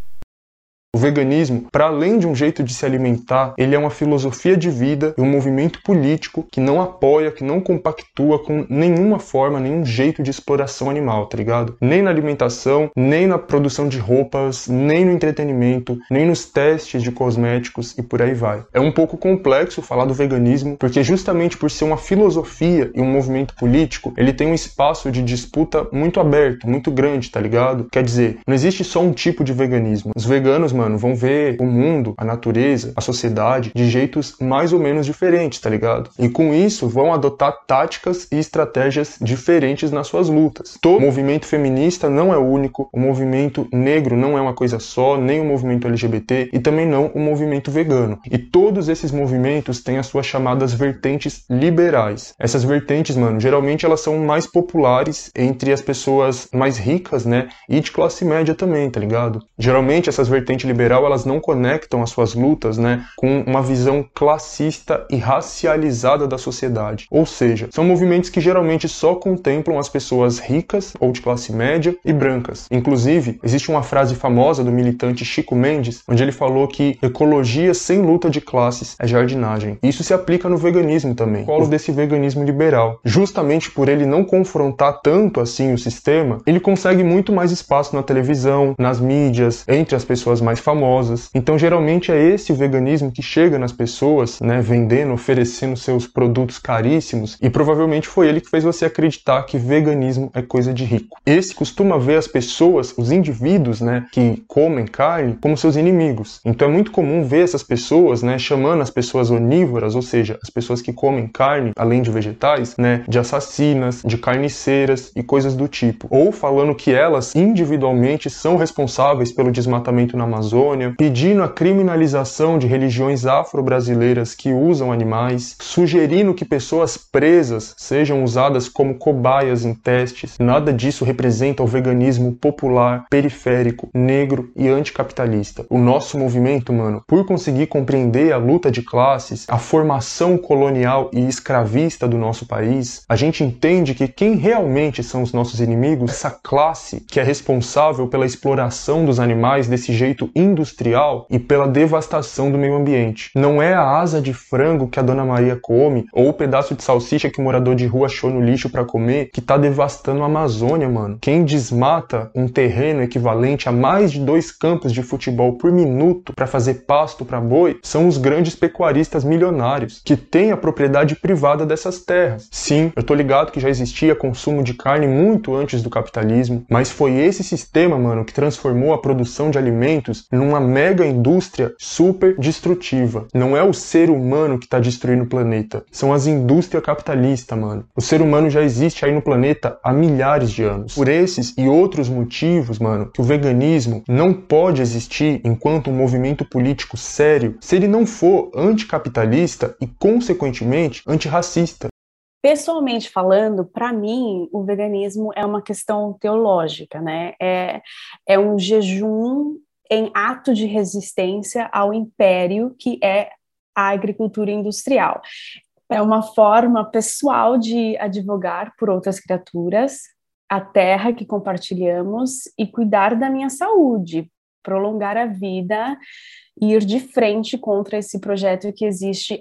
O veganismo, para além de um jeito de se alimentar, ele é uma filosofia de vida e um movimento político que não apoia, que não compactua com nenhuma forma, nenhum jeito de exploração animal, tá ligado? Nem na alimentação, nem na produção de roupas, nem no entretenimento, nem nos testes de cosméticos e por aí vai. É um pouco complexo falar do veganismo, porque justamente por ser uma filosofia e um movimento político, ele tem um espaço de disputa muito aberto, muito grande, tá ligado? Quer dizer, não existe só um tipo de veganismo. Os veganos, mano, vão ver o mundo, a natureza, a sociedade de jeitos mais ou menos diferentes, tá ligado? E com isso vão adotar táticas e estratégias diferentes nas suas lutas. Todo movimento feminista não é único, o movimento negro não é uma coisa só, nem o movimento L G B T e também não o movimento vegano. E todos esses movimentos têm as suas chamadas vertentes liberais. Essas vertentes, mano, geralmente elas são mais populares entre as pessoas mais ricas, né? E de classe média também, tá ligado? Geralmente essas vertentes liberal, elas não conectam as suas lutas, né, com uma visão classista e racializada da sociedade. Ou seja, são movimentos que geralmente só contemplam as pessoas ricas ou de classe média e brancas. Inclusive, existe uma frase famosa do militante Chico Mendes, onde ele falou que ecologia sem luta de classes é jardinagem. Isso se aplica no veganismo também, colo desse veganismo liberal. Justamente por ele não confrontar tanto assim o sistema, ele consegue muito mais espaço na televisão, nas mídias, entre as pessoas mais famosas. Então, geralmente é esse o veganismo que chega nas pessoas, né, vendendo, oferecendo seus produtos caríssimos, e provavelmente foi ele que fez você acreditar que veganismo é coisa de rico. Esse costuma ver as pessoas, os indivíduos, né, que comem carne, como seus inimigos. Então é muito comum ver essas pessoas, né, chamando as pessoas onívoras, ou seja, as pessoas que comem carne, além de vegetais, né, de assassinas, de carniceiras e coisas do tipo. Ou falando que elas, individualmente, são responsáveis pelo desmatamento na Amazônia, pedindo a criminalização de religiões afro-brasileiras que usam animais, sugerindo que pessoas presas sejam usadas como cobaias em testes. Nada disso representa o veganismo popular, periférico, negro e anticapitalista. O nosso movimento, mano, por conseguir compreender a luta de classes, a formação colonial e escravista do nosso país, a gente entende que quem realmente são os nossos inimigos, essa classe que é responsável pela exploração dos animais desse jeito industrial e pela devastação do meio ambiente. Não é a asa de frango que a Dona Maria come ou o pedaço de salsicha que o morador de rua achou no lixo para comer que tá devastando a Amazônia, mano. Quem desmata um terreno equivalente a mais de dois campos de futebol por minuto para fazer pasto para boi são os grandes pecuaristas milionários que têm a propriedade privada dessas terras. Sim, eu tô ligado que já existia consumo de carne muito antes do capitalismo, mas foi esse sistema, mano, que transformou a produção de alimentos numa mega indústria super destrutiva. Não é o ser humano que está destruindo o planeta, são as indústrias capitalistas, mano. O ser humano já existe aí no planeta há milhares de anos. Por esses e outros motivos, mano, que o veganismo não pode existir enquanto um movimento político sério se ele não for anticapitalista e, consequentemente, antirracista. Pessoalmente falando, para mim, o veganismo é uma questão teológica, né? É, é um jejum em ato de resistência ao império que é a agricultura industrial. É uma forma pessoal de advogar por outras criaturas, a terra que compartilhamos e cuidar da minha saúde, prolongar a vida e ir de frente contra esse projeto que existe há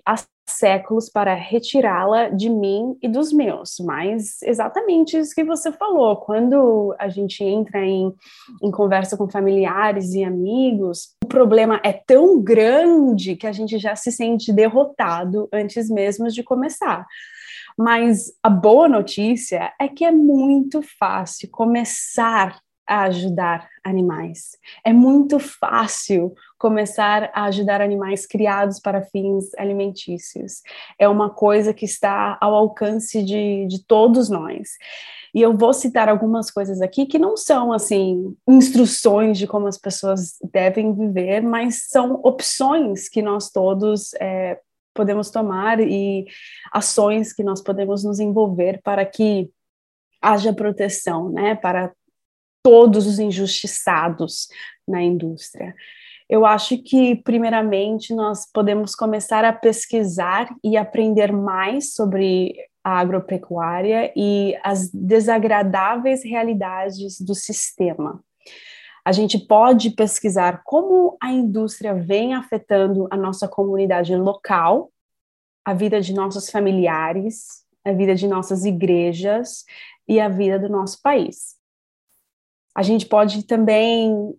séculos para retirá-la de mim e dos meus, mas exatamente isso que você falou, quando a gente entra em, em conversa com familiares e amigos, o problema é tão grande que a gente já se sente derrotado antes mesmo de começar. Mas a boa notícia é que é muito fácil começar a ajudar animais. É muito fácil começar a ajudar animais criados para fins alimentícios. É uma coisa que está ao alcance de, de todos nós. E eu vou citar algumas coisas aqui que não são, assim, instruções de como as pessoas devem viver, mas são opções que nós todos é, podemos tomar e ações que nós podemos nos envolver para que haja proteção, né, para todos os injustiçados na indústria. Eu acho que, primeiramente, nós podemos começar a pesquisar e aprender mais sobre a agropecuária e as desagradáveis realidades do sistema. A gente pode pesquisar como a indústria vem afetando a nossa comunidade local, a vida de nossos familiares, a vida de nossas igrejas e a vida do nosso país. A gente pode também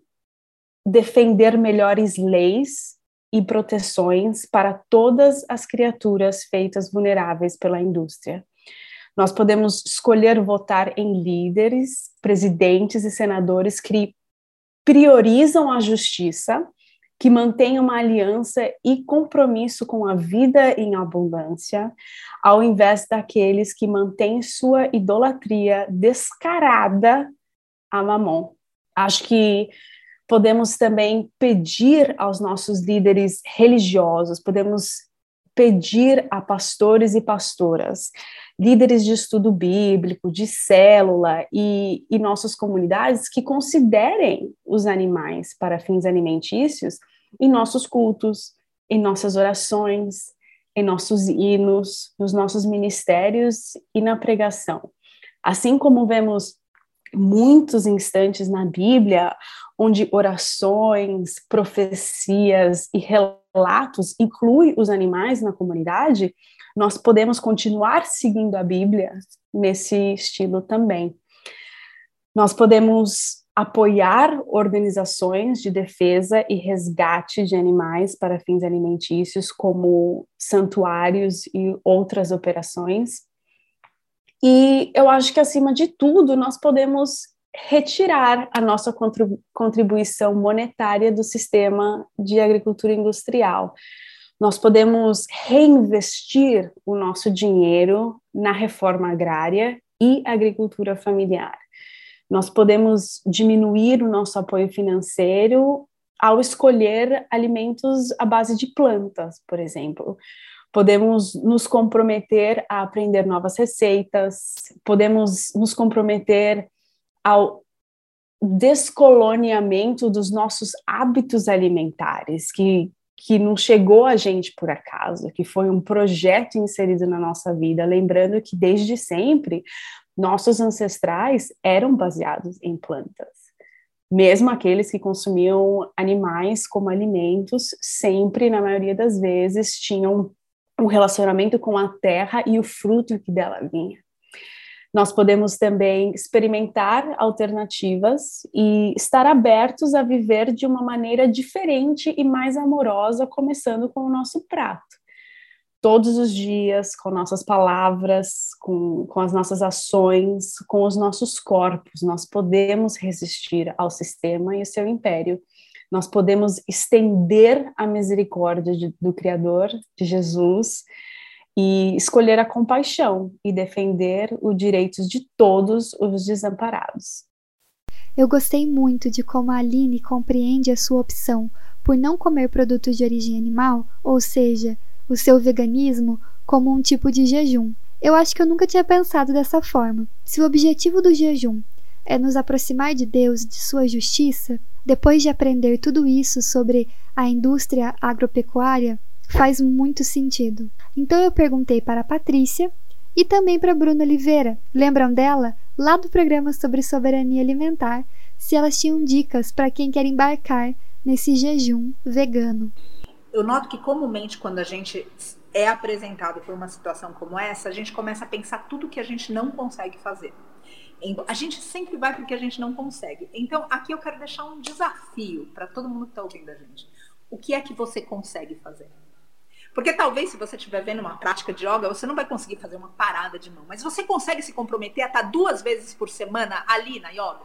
defender melhores leis e proteções para todas as criaturas feitas vulneráveis pela indústria. Nós podemos escolher votar em líderes, presidentes e senadores que priorizam a justiça, que mantêm uma aliança e compromisso com a vida em abundância, ao invés daqueles que mantêm sua idolatria descarada a Mamon. Acho que podemos também pedir aos nossos líderes religiosos, podemos pedir a pastores e pastoras, líderes de estudo bíblico, de célula e, e nossas comunidades que considerem os animais para fins alimentícios em nossos cultos, em nossas orações, em nossos hinos, nos nossos ministérios e na pregação. Assim como vemos muitos instantes na Bíblia onde orações, profecias e relatos incluem os animais na comunidade, nós podemos continuar seguindo a Bíblia nesse estilo também. Nós podemos apoiar organizações de defesa e resgate de animais para fins alimentícios, como santuários e outras operações. E eu acho que, acima de tudo, nós podemos retirar a nossa contribuição monetária do sistema de agricultura industrial. Nós podemos reinvestir o nosso dinheiro na reforma agrária e agricultura familiar. Nós podemos diminuir o nosso apoio financeiro ao escolher alimentos à base de plantas, por exemplo. Podemos nos comprometer a aprender novas receitas, podemos nos comprometer ao descoloniamento dos nossos hábitos alimentares, que, que não chegou a gente por acaso, que foi um projeto inserido na nossa vida, lembrando que desde sempre nossos ancestrais eram baseados em plantas. Mesmo aqueles que consumiam animais como alimentos, sempre, na maioria das vezes, tinham um relacionamento com a terra e o fruto que dela vinha. Nós podemos também experimentar alternativas e estar abertos a viver de uma maneira diferente e mais amorosa, começando com o nosso prato. Todos os dias, com nossas palavras, com, com as nossas ações, com os nossos corpos, nós podemos resistir ao sistema e ao seu império. Nós podemos estender a misericórdia de, do Criador, de Jesus, e escolher a compaixão e defender os direitos de todos os desamparados. Eu gostei muito de como a Aline compreende a sua opção por não comer produtos de origem animal, ou seja, o seu veganismo, como um tipo de jejum. Eu acho que eu nunca tinha pensado dessa forma. Se o objetivo do jejum é nos aproximar de Deus e de sua justiça, depois de aprender tudo isso sobre a indústria agropecuária, faz muito sentido. Então eu perguntei para a Patrícia e também para a Bruna Oliveira, lembram dela? Lá do programa sobre soberania alimentar, se elas tinham dicas para quem quer embarcar nesse jejum vegano. Eu noto que comumente quando a gente é apresentado por uma situação como essa, a gente começa a pensar tudo que a gente não consegue fazer. Então, a gente sempre vai porque a gente não consegue. Então, aqui eu quero deixar um desafio para todo mundo que está ouvindo a gente. O que é que você consegue fazer? Porque talvez, se você estiver vendo uma prática de yoga, você não vai conseguir fazer uma parada de mão. Mas você consegue se comprometer a estar duas vezes por semana ali na yoga?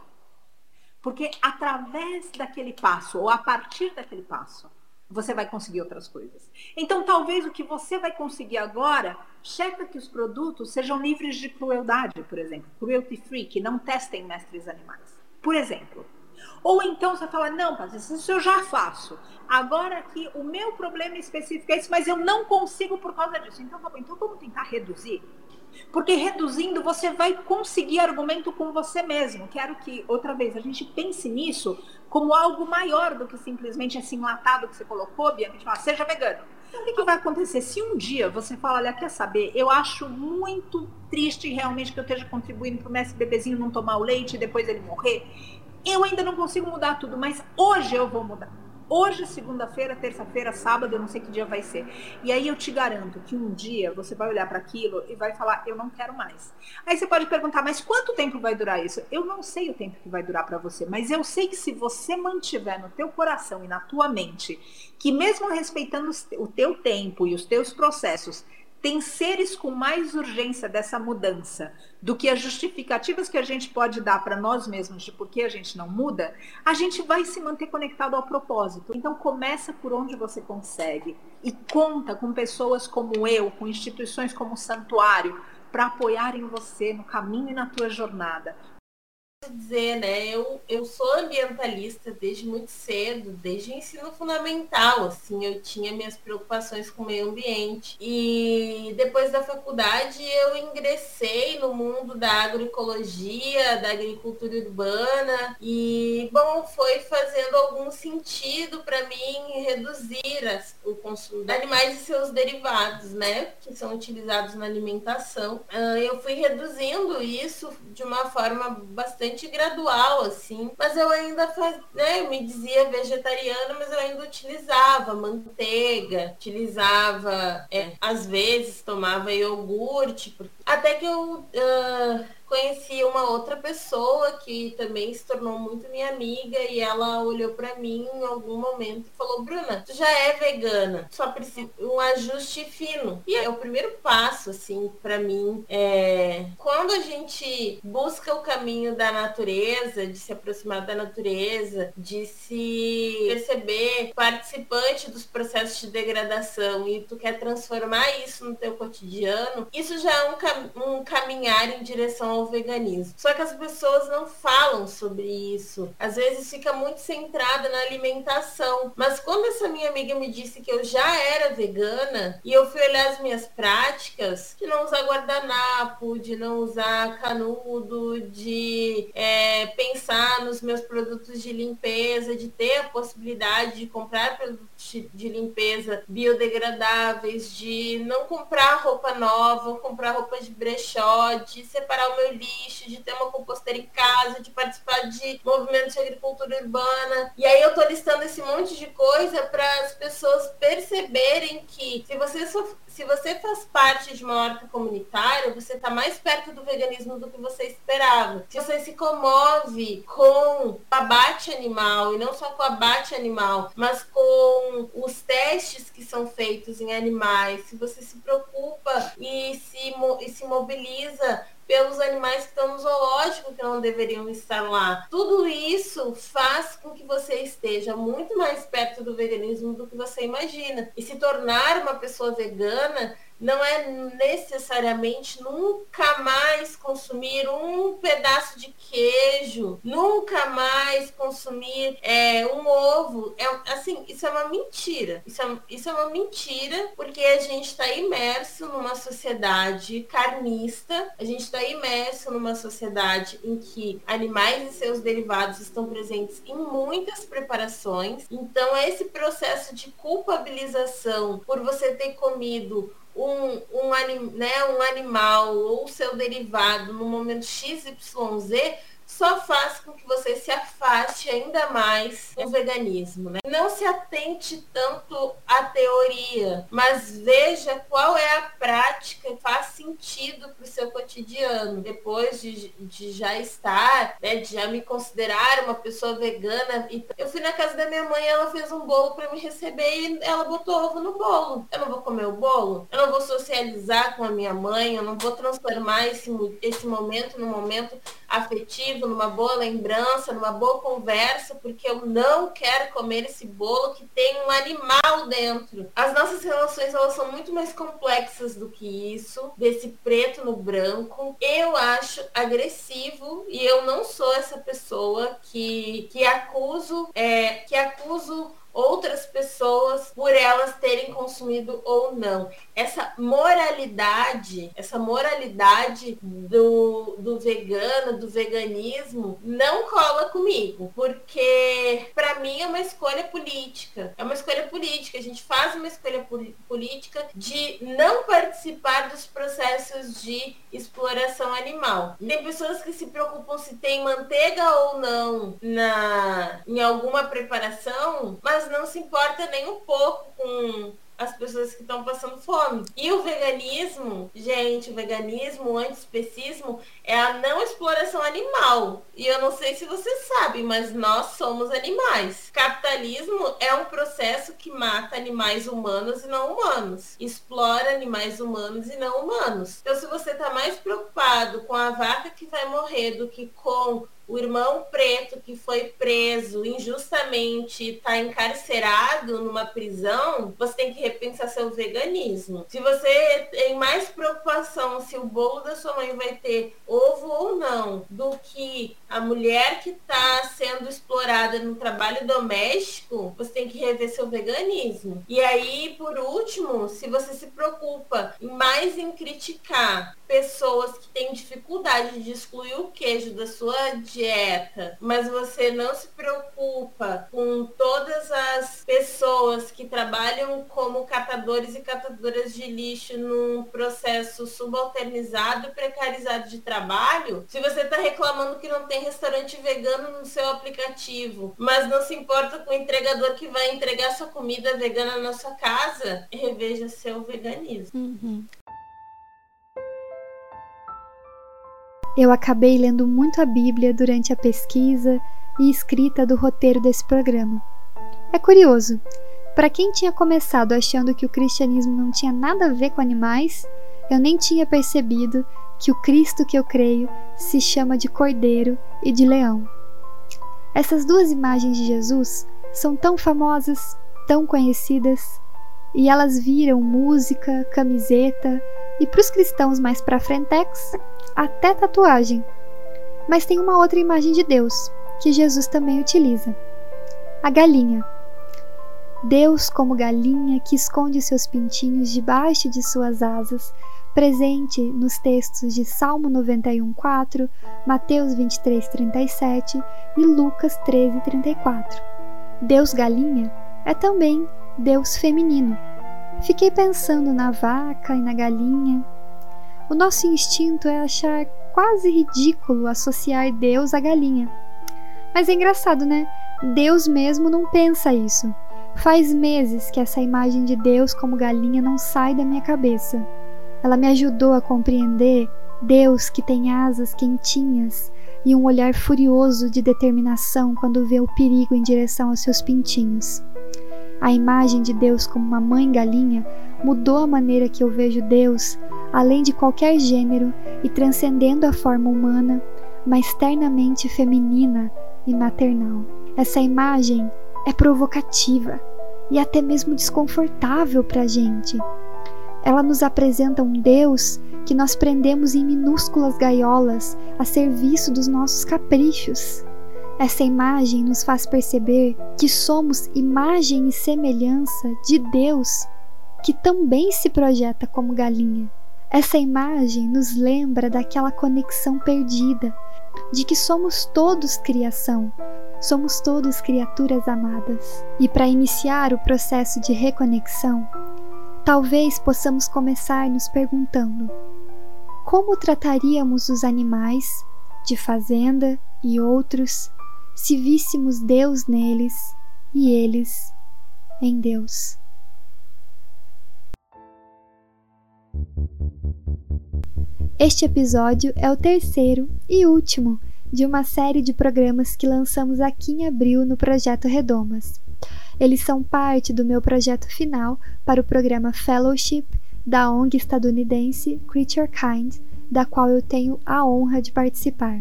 Porque através daquele passo, ou a partir daquele passo, você vai conseguir outras coisas. Então, talvez o que você vai conseguir agora, checa que os produtos sejam livres de crueldade, por exemplo. Cruelty free, que não testem mestres animais. Por exemplo. Ou então você fala, não, Patrícia, isso eu já faço. Agora aqui, o meu problema específico é esse, mas eu não consigo por causa disso. Então, tá bom, então vamos tentar reduzir? Porque reduzindo, você vai conseguir argumento com você mesmo. Quero que, outra vez, a gente pense nisso como algo maior do que simplesmente esse enlatado que você colocou, Bianca, de falar, seja vegano. Então, o que, que vai acontecer? Se um dia você fala, olha, quer saber, eu acho muito triste realmente que eu esteja contribuindo para o mestre bebezinho não tomar o leite e depois ele morrer, eu ainda não consigo mudar tudo, mas hoje eu vou mudar. Hoje, segunda-feira, terça-feira, sábado, eu não sei que dia vai ser. E aí eu te garanto que um dia você vai olhar para aquilo e vai falar, eu não quero mais. Aí você pode perguntar, mas quanto tempo vai durar isso? Eu não sei o tempo que vai durar para você, mas eu sei que se você mantiver no teu coração e na tua mente, que mesmo respeitando o teu tempo e os teus processos, tem seres com mais urgência dessa mudança do que as justificativas que a gente pode dar para nós mesmos de por que a gente não muda, a gente vai se manter conectado ao propósito. Então começa por onde você consegue e conta com pessoas como eu, com instituições como o Santuário, para apoiarem você no caminho e na tua jornada. Dizer, né, eu, eu sou ambientalista desde muito cedo, desde o ensino fundamental, assim, eu tinha minhas preocupações com o meio ambiente e depois da faculdade eu ingressei no mundo da agroecologia, da agricultura urbana e, bom, foi fazendo algum sentido para mim reduzir as, o consumo de animais e seus derivados, né, que são utilizados na alimentação. Eu fui reduzindo isso de uma forma bastante gradual, assim, mas eu ainda faz, né, eu me dizia vegetariana, mas eu ainda utilizava manteiga, utilizava, é, às vezes tomava iogurte, porque... até que eu uh, conheci uma outra pessoa que também se tornou muito minha amiga e ela olhou pra mim em algum momento e falou, Bruna, tu já é vegana, só precisa um ajuste fino. E é o primeiro passo, assim, pra mim, é quando a gente busca o caminho da natureza, de se aproximar da natureza, de se perceber participante dos processos de degradação e tu quer transformar isso no teu cotidiano, isso já é um, cam- um caminhar em direção ao veganismo. Só que as pessoas não falam sobre isso. Às vezes fica muito centrada na alimentação. Mas quando essa minha amiga me disse que eu já era vegana e eu fui olhar as minhas práticas, de não usar guardanapo, de não usar canudo, de é, pensar nos meus produtos de limpeza, de ter a possibilidade de comprar produtos de limpeza biodegradáveis, de não comprar roupa nova, comprar roupa de brechó, de separar o meu lixo, de ter uma composteira em casa, de participar de movimentos de agricultura urbana. E aí eu tô listando esse monte de coisa para as pessoas perceberem que se você, so, se você faz parte de uma horta comunitária, você tá mais perto do veganismo do que você esperava. Se você se comove com o abate animal, e não só com o abate animal, mas com os testes que são feitos em animais, se você se preocupa e se, e se mobiliza pelos animais que estão no zoológico que não deveriam estar lá. Tudo isso faz com que você esteja muito mais perto do veganismo do que você imagina. E se tornar uma pessoa vegana não é necessariamente nunca mais consumir um pedaço de queijo, nunca mais consumir é, um ovo. É, assim, isso é uma mentira. Isso é, isso é uma mentira porque a gente está imerso numa sociedade carnista, a gente está imerso numa sociedade em que animais e seus derivados estão presentes em muitas preparações. Então, esse processo de culpabilização por você ter comido Um, um, anim, né, um animal ou seu derivado no momento X Y Z só faz com que você se afaste ainda mais do veganismo, né? Não se atente tanto à teoria, mas veja qual é a prática que faz sentido para o seu cotidiano. Depois de, de já estar, né, de já me considerar uma pessoa vegana, eu fui na casa da minha mãe, ela fez um bolo para me receber e ela botou ovo no bolo. Eu não vou comer o bolo? Eu não vou socializar com a minha mãe? Eu não vou transformar esse, esse momento num momento afetivo, numa boa lembrança, numa boa conversa, porque eu não quero comer esse bolo que tem um animal dentro. As nossas relações, elas são muito mais complexas do que isso, desse preto no branco. Eu acho agressivo e eu não sou essa pessoa que, que acuso, é, que acuso outras pessoas por elas terem consumido ou não. Essa moralidade, essa moralidade do, do vegano, do veganismo, não cola comigo, porque para mim é uma escolha política. É uma escolha política. A gente faz uma escolha política de não participar dos processos de exploração animal. Tem pessoas que se preocupam se tem manteiga ou não na, em alguma preparação, mas não se importa nem um pouco com as pessoas que estão passando fome. E o veganismo, gente, o veganismo, o antiespecismo é a não exploração animal. E eu não sei se vocês sabem, mas nós somos animais. Capitalismo é um processo que mata animais humanos e não humanos. Explora animais humanos e não humanos. Então, se você está mais preocupado com a vaca que vai morrer do que com o irmão preto que foi preso injustamente, está encarcerado numa prisão, você tem que repensar seu veganismo. Se você tem mais preocupação se o bolo da sua mãe vai ter ovo ou não, do que a mulher que está sendo explorada no trabalho doméstico, você tem que rever seu veganismo. E aí, por último, se você se preocupa mais em criticar pessoas que têm dificuldade de excluir o queijo da sua dieta, mas você não se preocupa com todas as pessoas que trabalham como catadores e catadoras de lixo num processo subalternizado e precarizado de trabalho, se você está reclamando que não tem restaurante vegano no seu aplicativo, mas não se importa com o entregador que vai entregar sua comida vegana na sua casa, reveja seu veganismo. Uhum. Eu acabei lendo muito a Bíblia durante a pesquisa e escrita do roteiro desse programa. É curioso, para quem tinha começado achando que o cristianismo não tinha nada a ver com animais, eu nem tinha percebido que o Cristo que eu creio se chama de Cordeiro e de Leão. Essas duas imagens de Jesus são tão famosas, tão conhecidas, e elas viram música, camiseta e, para os cristãos mais pra frentex, até tatuagem. Mas tem uma outra imagem de Deus, que Jesus também utiliza. A galinha. Deus como galinha que esconde seus pintinhos debaixo de suas asas, presente nos textos de Salmo noventa e um, quatro, Mateus vinte e três, trinta e sete e Lucas treze, trinta e quatro. Deus galinha é também Deus feminino. Fiquei pensando na vaca e na galinha. O nosso instinto é achar quase ridículo associar Deus à galinha. Mas é engraçado, né? Deus mesmo não pensa isso. Faz meses que essa imagem de Deus como galinha não sai da minha cabeça. Ela me ajudou a compreender Deus que tem asas quentinhas e um olhar furioso de determinação quando vê o perigo em direção aos seus pintinhos. A imagem de Deus como uma mãe galinha mudou a maneira que eu vejo Deus, além de qualquer gênero e transcendendo a forma humana, mas ternamente feminina e maternal. Essa imagem é provocativa e até mesmo desconfortável para a gente. Ela nos apresenta um Deus que nós prendemos em minúsculas gaiolas a serviço dos nossos caprichos. Essa imagem nos faz perceber que somos imagem e semelhança de Deus, que também se projeta como galinha. Essa imagem nos lembra daquela conexão perdida, de que somos todos criação, somos todos criaturas amadas. E para iniciar o processo de reconexão, talvez possamos começar nos perguntando: como trataríamos os animais de fazenda e outros, se víssemos Deus neles e eles em Deus. Este episódio é o terceiro e último de uma série de programas que lançamos aqui em abril no Projeto Redomas. Eles são parte do meu projeto final para o programa Fellowship da O N G estadunidense Creature Kind, da qual eu tenho a honra de participar.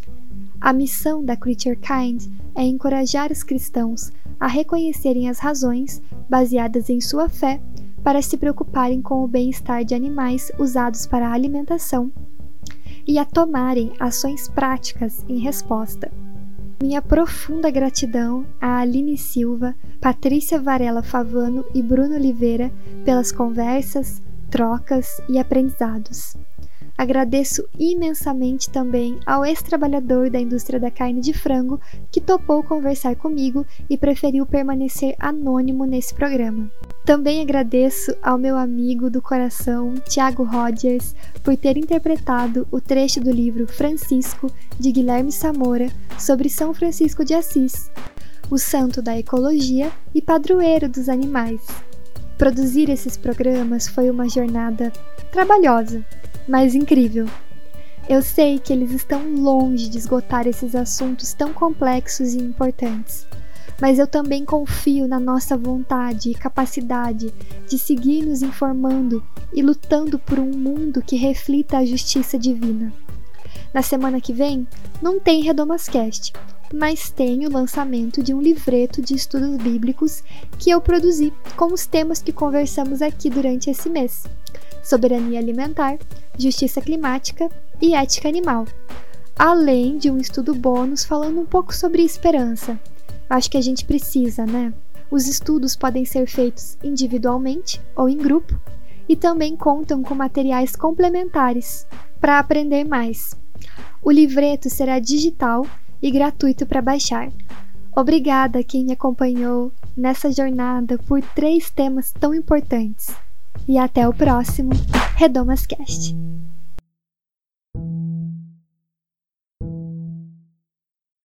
A missão da Creature Kind é encorajar os cristãos a reconhecerem as razões, baseadas em sua fé, para se preocuparem com o bem-estar de animais usados para a alimentação e a tomarem ações práticas em resposta. Minha profunda gratidão a Aline Silva, Patrícia Varela Favano e Bruno Oliveira pelas conversas, trocas e aprendizados. Agradeço imensamente também ao ex-trabalhador da indústria da carne de frango que topou conversar comigo e preferiu permanecer anônimo nesse programa. Também agradeço ao meu amigo do coração, Tiago Rogers, por ter interpretado o trecho do livro Francisco, de Guilherme Samora, sobre São Francisco de Assis, o santo da ecologia e padroeiro dos animais. Produzir esses programas foi uma jornada trabalhosa, mas incrível. Eu sei que eles estão longe de esgotar esses assuntos tão complexos e importantes, mas eu também confio na nossa vontade e capacidade de seguir nos informando e lutando por um mundo que reflita a justiça divina. Na semana que vem, não tem Redomascast, mas tem o lançamento de um livreto de estudos bíblicos que eu produzi com os temas que conversamos aqui durante esse mês: soberania alimentar, justiça climática e ética animal, além de um estudo bônus falando um pouco sobre esperança. Acho que a gente precisa, né? Os estudos podem ser feitos individualmente ou em grupo e também contam com materiais complementares para aprender mais. O livreto será digital e gratuito para baixar. Obrigada a quem me acompanhou nessa jornada por três temas tão importantes. E até o próximo Redomascast.